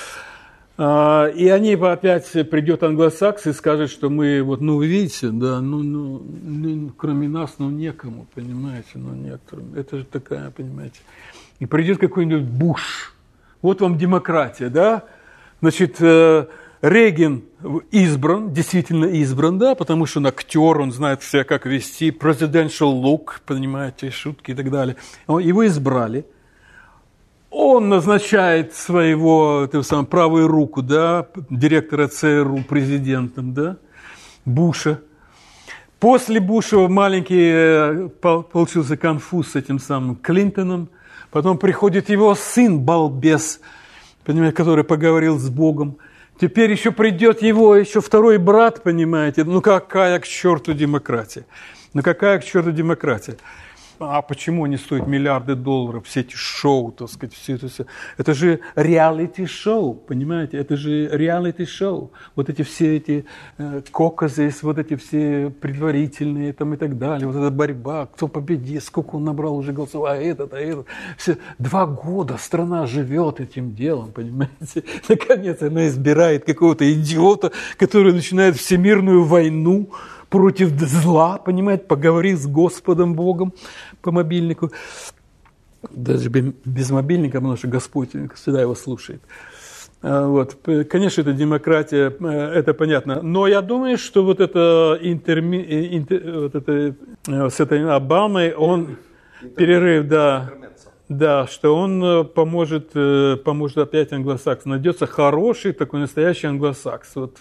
B: И они опять придет англосакс и скажет, что мы, вот, вы видите, да, кроме нас, некому, понимаете, нет, это же такая, понимаете. И придет какой-нибудь Буш, вот вам демократия, да, значит, Рейган избран, действительно избран, да, потому что он актер, он знает себя, как вести, presidential look, понимаете, шутки и так далее. Его избрали. Он назначает своего правую руку, да, директора ЦРУ президентом, да, Буша. После Буша маленький получился конфуз с этим самым Клинтоном. Потом приходит его сын, балбес, понимаете, который поговорил с Богом. Теперь еще придет его еще второй брат, понимаете. Какая к черту демократия? Какая к черту демократия? А почему они стоят миллиарды долларов, все эти шоу, так сказать, все это все. Это же реалити-шоу, понимаете? Это же реалити-шоу. Вот эти все эти коказы, вот эти все предварительные там и так далее. Вот эта борьба, кто победит, сколько он набрал уже голосов, а этот. Все. 2 года страна живет этим делом, понимаете? Наконец она избирает какого-то идиота, который начинает всемирную войну против зла, понимаете, поговори с Господом Богом по мобильнику. даже без мобильника, потому что Господь всегда его слушает. Вот. Конечно, это демократия, это понятно. Но я думаю, что вот это с этой Обамой, он перерыв, да, что он поможет опять англосакс. Найдется хороший, такой настоящий англосакс, вот,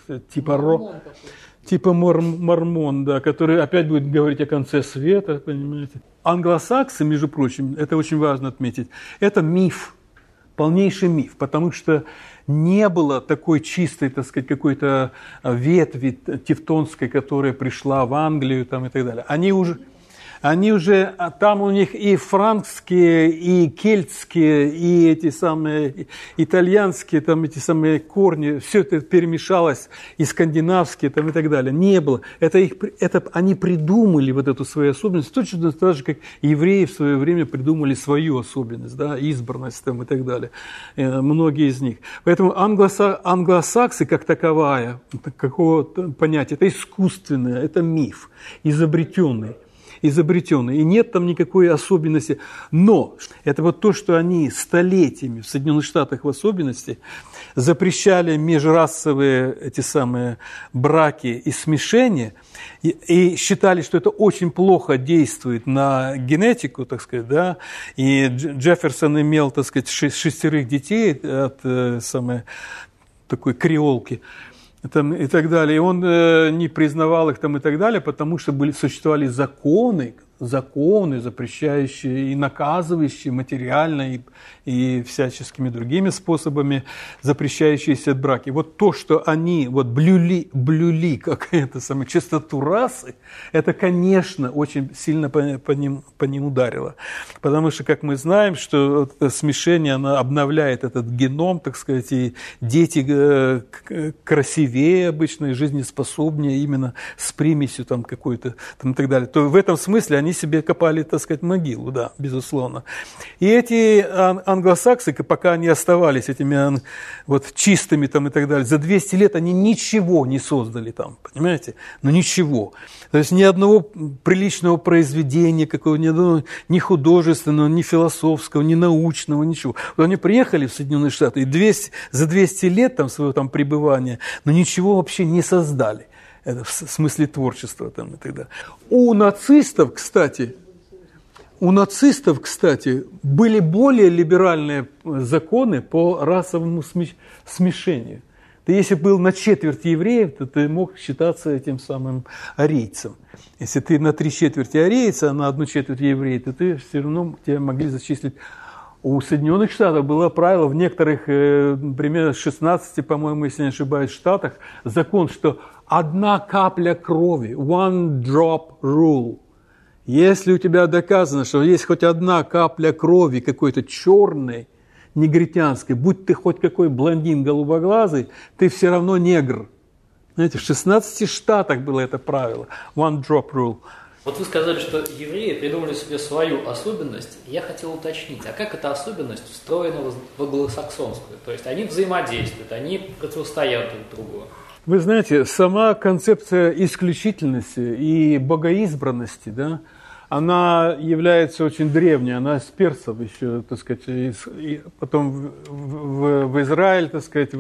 B: типа мормон, да, который опять будет говорить о конце света, понимаете. Англосаксы, между прочим, это очень важно отметить, это миф, полнейший миф, потому что не было такой чистой, так сказать, какой-то ветви тевтонской, которая пришла в Англию там, и так далее. Они уже, там у них и франкские, и кельтские, и эти самые итальянские, там эти самые корни, все это перемешалось, и скандинавские, там и так далее. Не было. Это они придумали вот эту свою особенность, точно так же, как евреи в свое время придумали свою особенность, да, избранность там и так далее. Многие из них. Поэтому англосаксы, как таковая, какого-то понятия, это искусственное, это миф, изобретенный. И нет там никакой особенности. Но это вот то, что они столетиями, в Соединенных Штатах в особенности, запрещали межрасовые эти самые браки и смешения, и считали, что это очень плохо действует на генетику, так сказать, да, и Джефферсон имел, так сказать, 6 детей от такой креолки, там, и так далее. И он не признавал их там и так далее, потому что существовали законы, запрещающие и наказывающие материально и всяческими другими способами запрещающиеся браки. Вот то, что они вот блюли какую-то самую чистоту расы, это, конечно, очень сильно по ним ударило. Потому что, как мы знаем, что смешение, оно обновляет этот геном, так сказать, и дети красивее обычно и жизнеспособнее именно с примесью там какой-то там и так далее. То в этом смысле они себе копали, так сказать, могилу, да, безусловно. И эти англосаксы, пока они оставались этими вот чистыми там и так далее, за 200 лет они ничего не создали там, понимаете? Ну ничего. То есть ни одного приличного произведения, ни художественного, ни философского, ни научного, ничего. Вот они приехали в Соединенные Штаты и за 200 лет там своего там пребывания, но ничего вообще не создали. Это в смысле творчества там и так далее. У нацистов, кстати, были более либеральные законы по расовому смешению. Ты если был на четверть евреев, то ты мог считаться этим самым арийцем. Если ты на 3/4 арийца, а на 1/4 еврей, то ты все равно тебя могли зачислить. У Соединенных Штатов было правило в некоторых, примерно 16, по-моему, если не ошибаюсь, штатах, закон, что 1 капля крови, one drop rule. Если у тебя доказано, что есть хоть 1 капля крови какой-то черной, негритянской, будь ты хоть какой блондин голубоглазый, ты все равно негр. Знаете, в 16 штатах было это правило, one drop rule.
G: Вот вы сказали, что евреи придумали себе свою особенность. Я хотел уточнить, а как эта особенность встроена в англосаксонскую? То есть они взаимодействуют, они противостоят друг другу.
B: Вы знаете, сама концепция исключительности и богоизбранности, да, она является очень древней, она с персов еще, так сказать, и потом в Израиль, так сказать,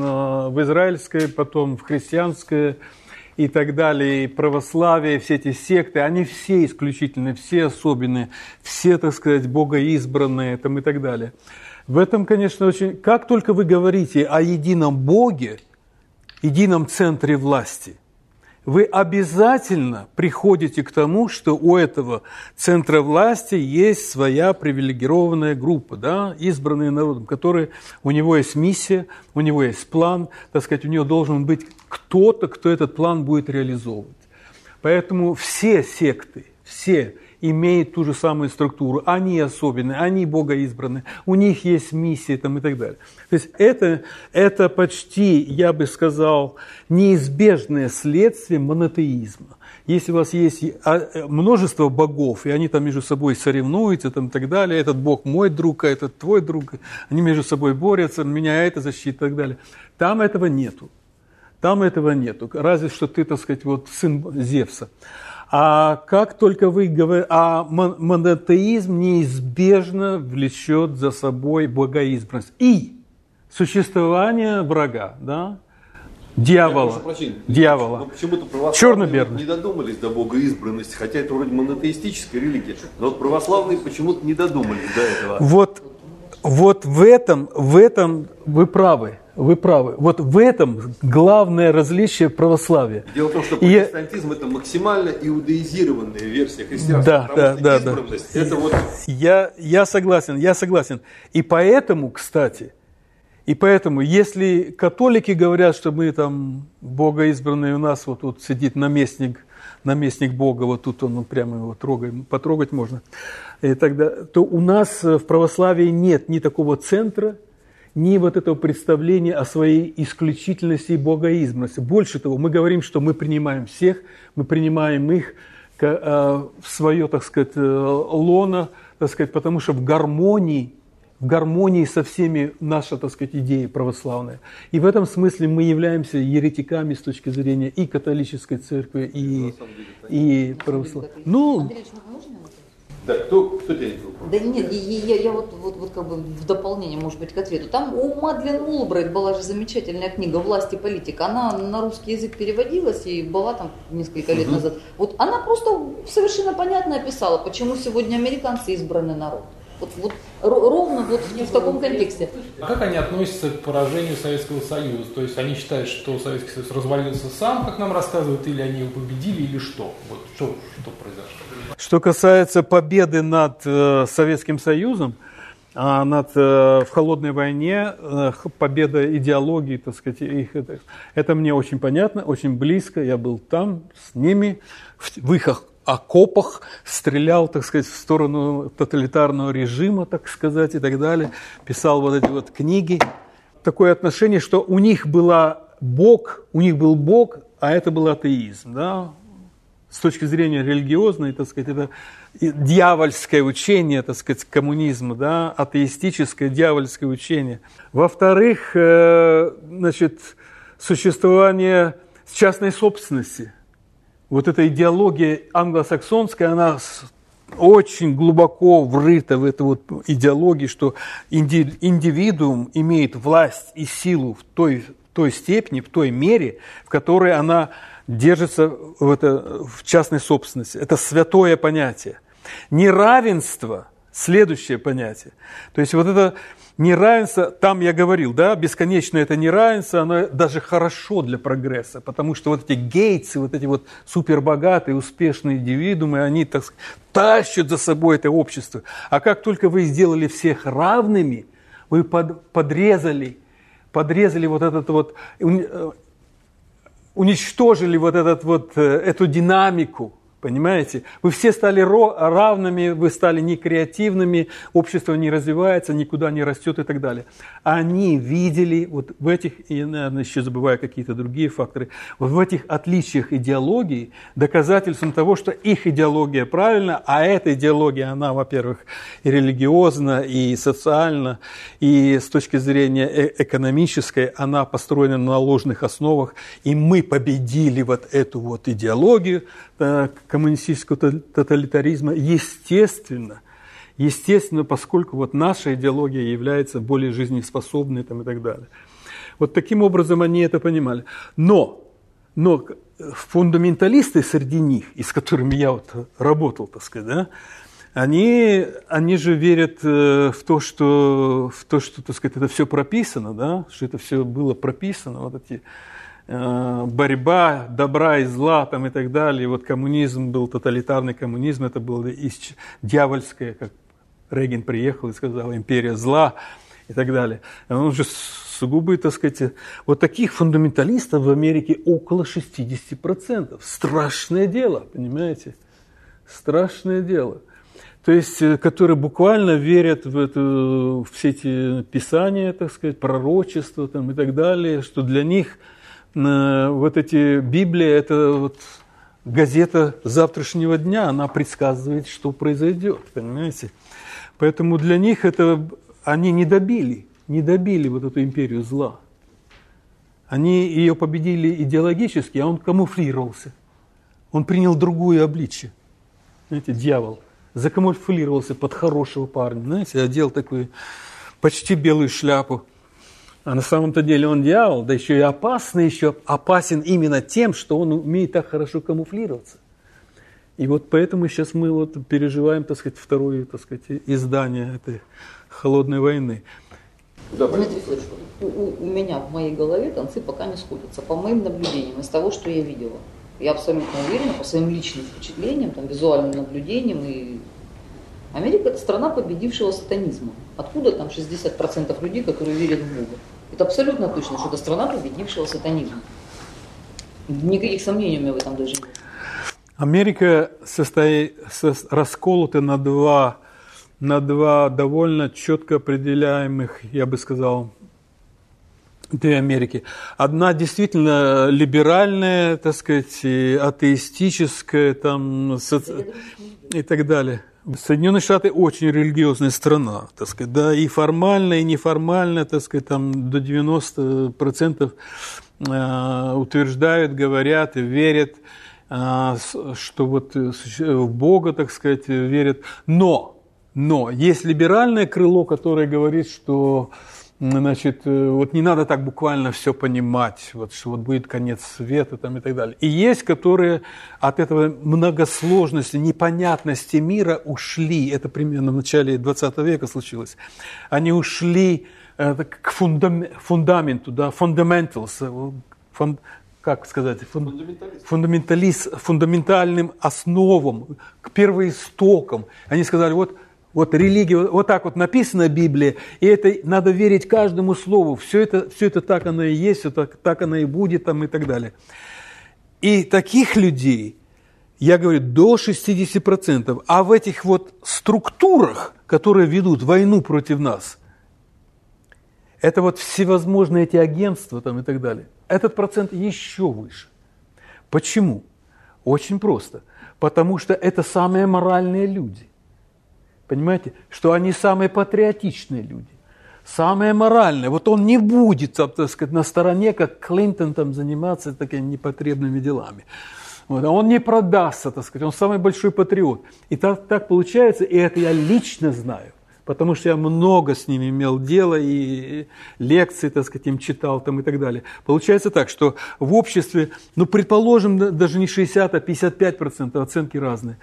B: в израильское, потом в христианское и так далее, и православие, все эти секты, они все исключительные, все особенные, все, так сказать, богоизбранные там, и так далее. В этом, конечно, очень... Как только вы говорите о едином Боге, едином центре власти, вы обязательно приходите к тому, что у этого центра власти есть своя привилегированная группа, да, избранные народом, которые, у него есть миссия, у него есть план, так сказать, у него должен быть кто-то, кто этот план будет реализовывать. Поэтому все секты, все имеют ту же самую структуру, они особенные, они богоизбранные, у них есть миссия там, и так далее. То есть это почти, я бы сказал, неизбежное следствие монотеизма. Если у вас есть множество богов, и они там между собой соревнуются там, и так далее, этот бог мой друг, а этот твой друг, они между собой борются, меня это защитит и так далее. Там этого нету. Там этого нету. Разве что ты, так сказать, вот сын Зевса. А как только вы говорите, монотеизм неизбежно влечет за собой богоизбранность и существование врага, да? Дьявола.
C: Но почему-то православные
B: Черно-белый.
C: не додумались до богоизбранности, хотя это вроде монотеистическая религия. Но вот православные почему-то не додумались до этого.
B: Вот в этом вы правы. Вот в этом главное различие православия.
C: Дело в том, что протестантизм это максимально иудаизированная версия христианства.
B: Да.
C: Избранность, это вот...
B: Я согласен. И поэтому, кстати, если католики говорят, что мы там богоизбранные, у нас вот сидит наместник Бога, вот тут он прямо его потрогать можно, и тогда, то у нас в православии нет ни такого центра, ни вот этого представления о своей исключительности и богоизбранности. Больше того, мы говорим, что мы принимаем всех, мы принимаем их в свое, так сказать, лоно, так сказать, потому что в гармонии со всеми наша, так сказать, идея православная. И в этом смысле мы являемся еретиками с точки зрения и католической церкви, и православной.
C: Да, кто тебя не трогал?
D: Да нет, я вот как бы в дополнение, может быть, к ответу. Там у Мадлен Олбрайт была же замечательная книга «Власть и политика». Она на русский язык переводилась и была там несколько лет назад. Вот она просто совершенно понятно описала, почему сегодня американцы избранный народ. Вот ровно вот в таком контексте.
H: А как они относятся к поражению Советского Союза? То есть они считают, что Советский Союз развалился сам, как нам рассказывают, или они его победили, или что? Вот что произошло?
B: Что касается победы над Советским Союзом, в холодной войне, победа идеологии, так сказать, это мне очень понятно, очень близко. Я был там с ними, в их окопах, стрелял, так сказать, в сторону тоталитарного режима, так сказать, и так далее. Писал вот эти вот книги. Такое отношение, что у них был Бог, а это был атеизм, да? С точки зрения религиозной, так сказать, это дьявольское учение, так сказать, коммунизма, да, атеистическое дьявольское учение. Во-вторых, значит, существование частной собственности. Вот эта идеология англосаксонская, она очень глубоко врыта в эту вот идеологию, что индивидуум имеет власть и силу в той степени, в той мере, в которой она держится в частной собственности. Это святое понятие. Неравенство – следующее понятие. То есть вот это неравенство, там я говорил, да, бесконечное это неравенство, оно даже хорошо для прогресса, потому что вот эти Гейтсы, вот эти вот супербогатые, успешные индивидуумы, они, так сказать, тащат за собой это общество. А как только вы сделали всех равными, вы подрезали вот этот вот, уничтожили вот эту динамику, понимаете? Вы все стали равными, вы стали некреативными, общество не развивается, никуда не растет и так далее. Они видели вот в этих, и, наверное, еще забываю какие-то другие факторы, вот в этих отличиях идеологии доказательством того, что их идеология правильна, а эта идеология, она, во-первых, и религиозна, и социальна, и с точки зрения экономической, она построена на ложных основах, и мы победили вот эту вот идеологию коммунистического тоталитаризма, естественно, поскольку вот наша идеология является более жизнеспособной там, и так далее. Вот таким образом они это понимали. Но фундаменталисты среди них, и с которыми я вот работал, так сказать, да, они же верят в то, что, так сказать, это все прописано, да, что это все было прописано, вот эти борьба добра и зла там, и так далее. Вот коммунизм был, тоталитарный коммунизм, это было дьявольское, как Рейган приехал и сказал, империя зла и так далее. Он же сугубо, так сказать, вот таких фундаменталистов в Америке около 60%. Страшное дело, понимаете? Страшное дело. То есть, которые буквально верят в все эти писания, так сказать, пророчества там, и так далее, что для них вот эти Библия, это вот газета завтрашнего дня, она предсказывает, что произойдет, понимаете? Поэтому для них это они не добили вот эту империю зла. Они ее победили идеологически, а он камуфлировался. Он принял другое обличие. Знаете, дьявол закамуфлировался под хорошего парня. Знаете, одел такую почти белую шляпу. А на самом-то деле он дьявол, да еще и опасный, еще опасен именно тем, что он умеет так хорошо камуфлироваться. И вот поэтому сейчас мы вот переживаем, так сказать, второе, так сказать, издание этой холодной войны.
D: Да, Дмитрий Федорович, у меня в моей голове танцы пока не сходятся, по моим наблюдениям, из того, что я видела. Я абсолютно уверена, по своим личным впечатлениям, там, визуальным наблюдениям. И Америка – это страна победившего сатанизма. Откуда там 60% людей, которые верят в Бога? Это абсолютно точно, что это страна победившего сатанизма. Никаких сомнений у меня в этом даже нет.
B: Америка расколота на два довольно четко определяемых, я бы сказал, две Америки. Одна действительно либеральная, так сказать, атеистическая, там, и так далее. Соединенные Штаты очень религиозная страна, так сказать, да, и формально, и неформально, так сказать, там до 90% утверждают, говорят, верят, что вот в Бога, так сказать, верят. Но есть либеральное крыло, которое говорит, что, значит, вот не надо так буквально все понимать, вот, что вот будет конец света там, и так далее. И есть, которые от этого многосложности, непонятности мира ушли, это примерно в начале 20 века случилось, они ушли к фундаменту, да, fundamentals, как сказать, фундаментальным основам, к первоистокам. Они сказали, вот религия, вот так вот написано в Библии, и это надо верить каждому слову. Все это так оно и есть, все так оно и будет, там, и так далее. И таких людей, я говорю, до 60%. А в этих вот структурах, которые ведут войну против нас, это вот всевозможные эти агентства там, и так далее, этот процент еще выше. Почему? Очень просто. Потому что это самые моральные люди. Понимаете? Что они самые патриотичные люди. Самые моральные. Вот он не будет, так сказать, на стороне, как Клинтон, там, заниматься такими непотребными делами. Вот. А он не продастся, так сказать. Он самый большой патриот. И так получается, и это я лично знаю. Потому что я много с ними имел дело, и лекции, так сказать, им читал там, и так далее. Получается так, что в обществе, ну, предположим, даже не 60, а 55%, оценки разные.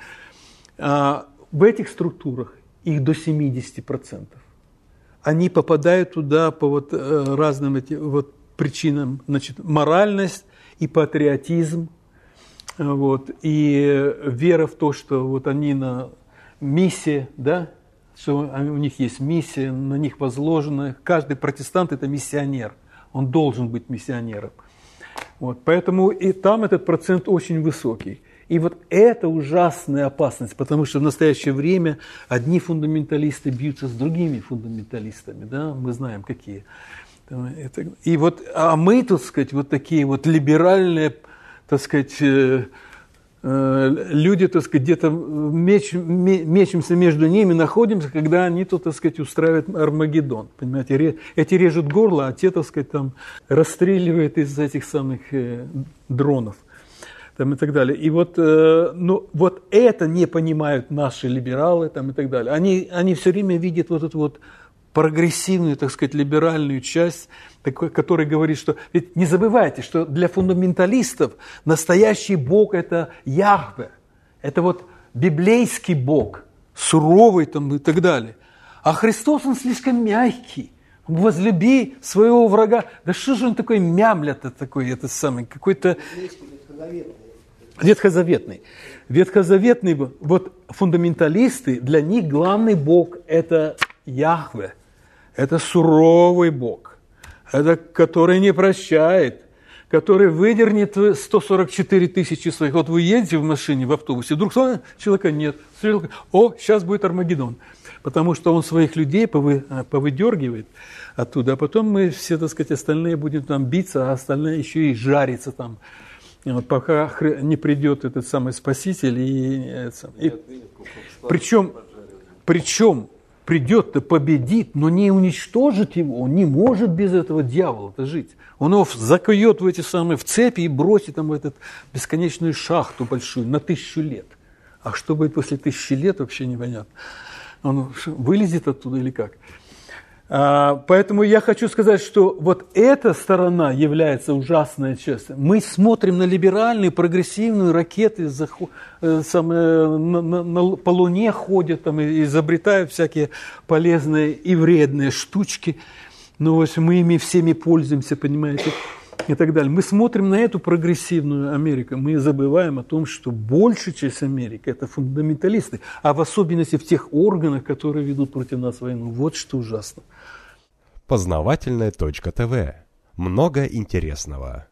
B: В этих структурах их до 70%. Они попадают туда по вот разным вот причинам. Значит, моральность и патриотизм, вот, и вера в то, что вот они на миссии, да, что у них есть миссия, на них возложена. Каждый протестант – это миссионер. Он должен быть миссионером. Вот, поэтому и там этот процент очень высокий. И вот это ужасная опасность, потому что в настоящее время одни фундаменталисты бьются с другими фундаменталистами. Да? Мы знаем, какие. И вот, а мы, так сказать, вот такие вот либеральные, так сказать, люди, так сказать, где-то мечемся между ними, находимся, когда они, то, так сказать, устраивают Армагеддон. Понимаете, эти режут горло, а те, так сказать, там расстреливают из этих самых дронов. Там, и так далее. И вот, ну, вот это не понимают наши либералы там, и так далее. Они все время видят вот эту вот прогрессивную, так сказать, либеральную часть, которая говорит, что... Ведь не забывайте, что для фундаменталистов настоящий Бог – это Яхве. Это вот библейский Бог, суровый там, и так далее. А Христос, Он слишком мягкий. Возлюби своего врага. Да что же он такой мямля-то такой, это самый, какой-то... Ветхозаветный. Ветхозаветный, вот фундаменталисты, для них главный Бог – это Яхве. Это суровый Бог. Это который не прощает, который выдернет 144 тысячи своих. Вот вы едете в машине, в автобусе, вдруг человека нет. О, сейчас будет Армагеддон. Потому что он своих людей повыдергивает оттуда. А потом мы все, так сказать, остальные будем там биться, а остальные еще и жариться там. Вот, пока не придет этот самый Спаситель. Причем придет-то, победит, но не уничтожит его, он не может без этого дьявола-то жить. Он его закует в эти самые в цепи и бросит там в эту бесконечную шахту большую на 1000 лет. А что будет после 1000 лет, вообще непонятно. Он вылезет оттуда или как? Поэтому я хочу сказать, что вот эта сторона является ужасной частью. Мы смотрим на либеральные, прогрессивные ракеты, по Луне ходят, там, изобретают всякие полезные и вредные штучки. Ну, в общем, мы ими всеми пользуемся, понимаете, и так далее. Мы смотрим на эту прогрессивную Америку, мы забываем о том, что большая часть Америки – это фундаменталисты, а в особенности в тех органах, которые ведут против нас войну. Вот что ужасно.
A: Познавательная .тв. Много интересного.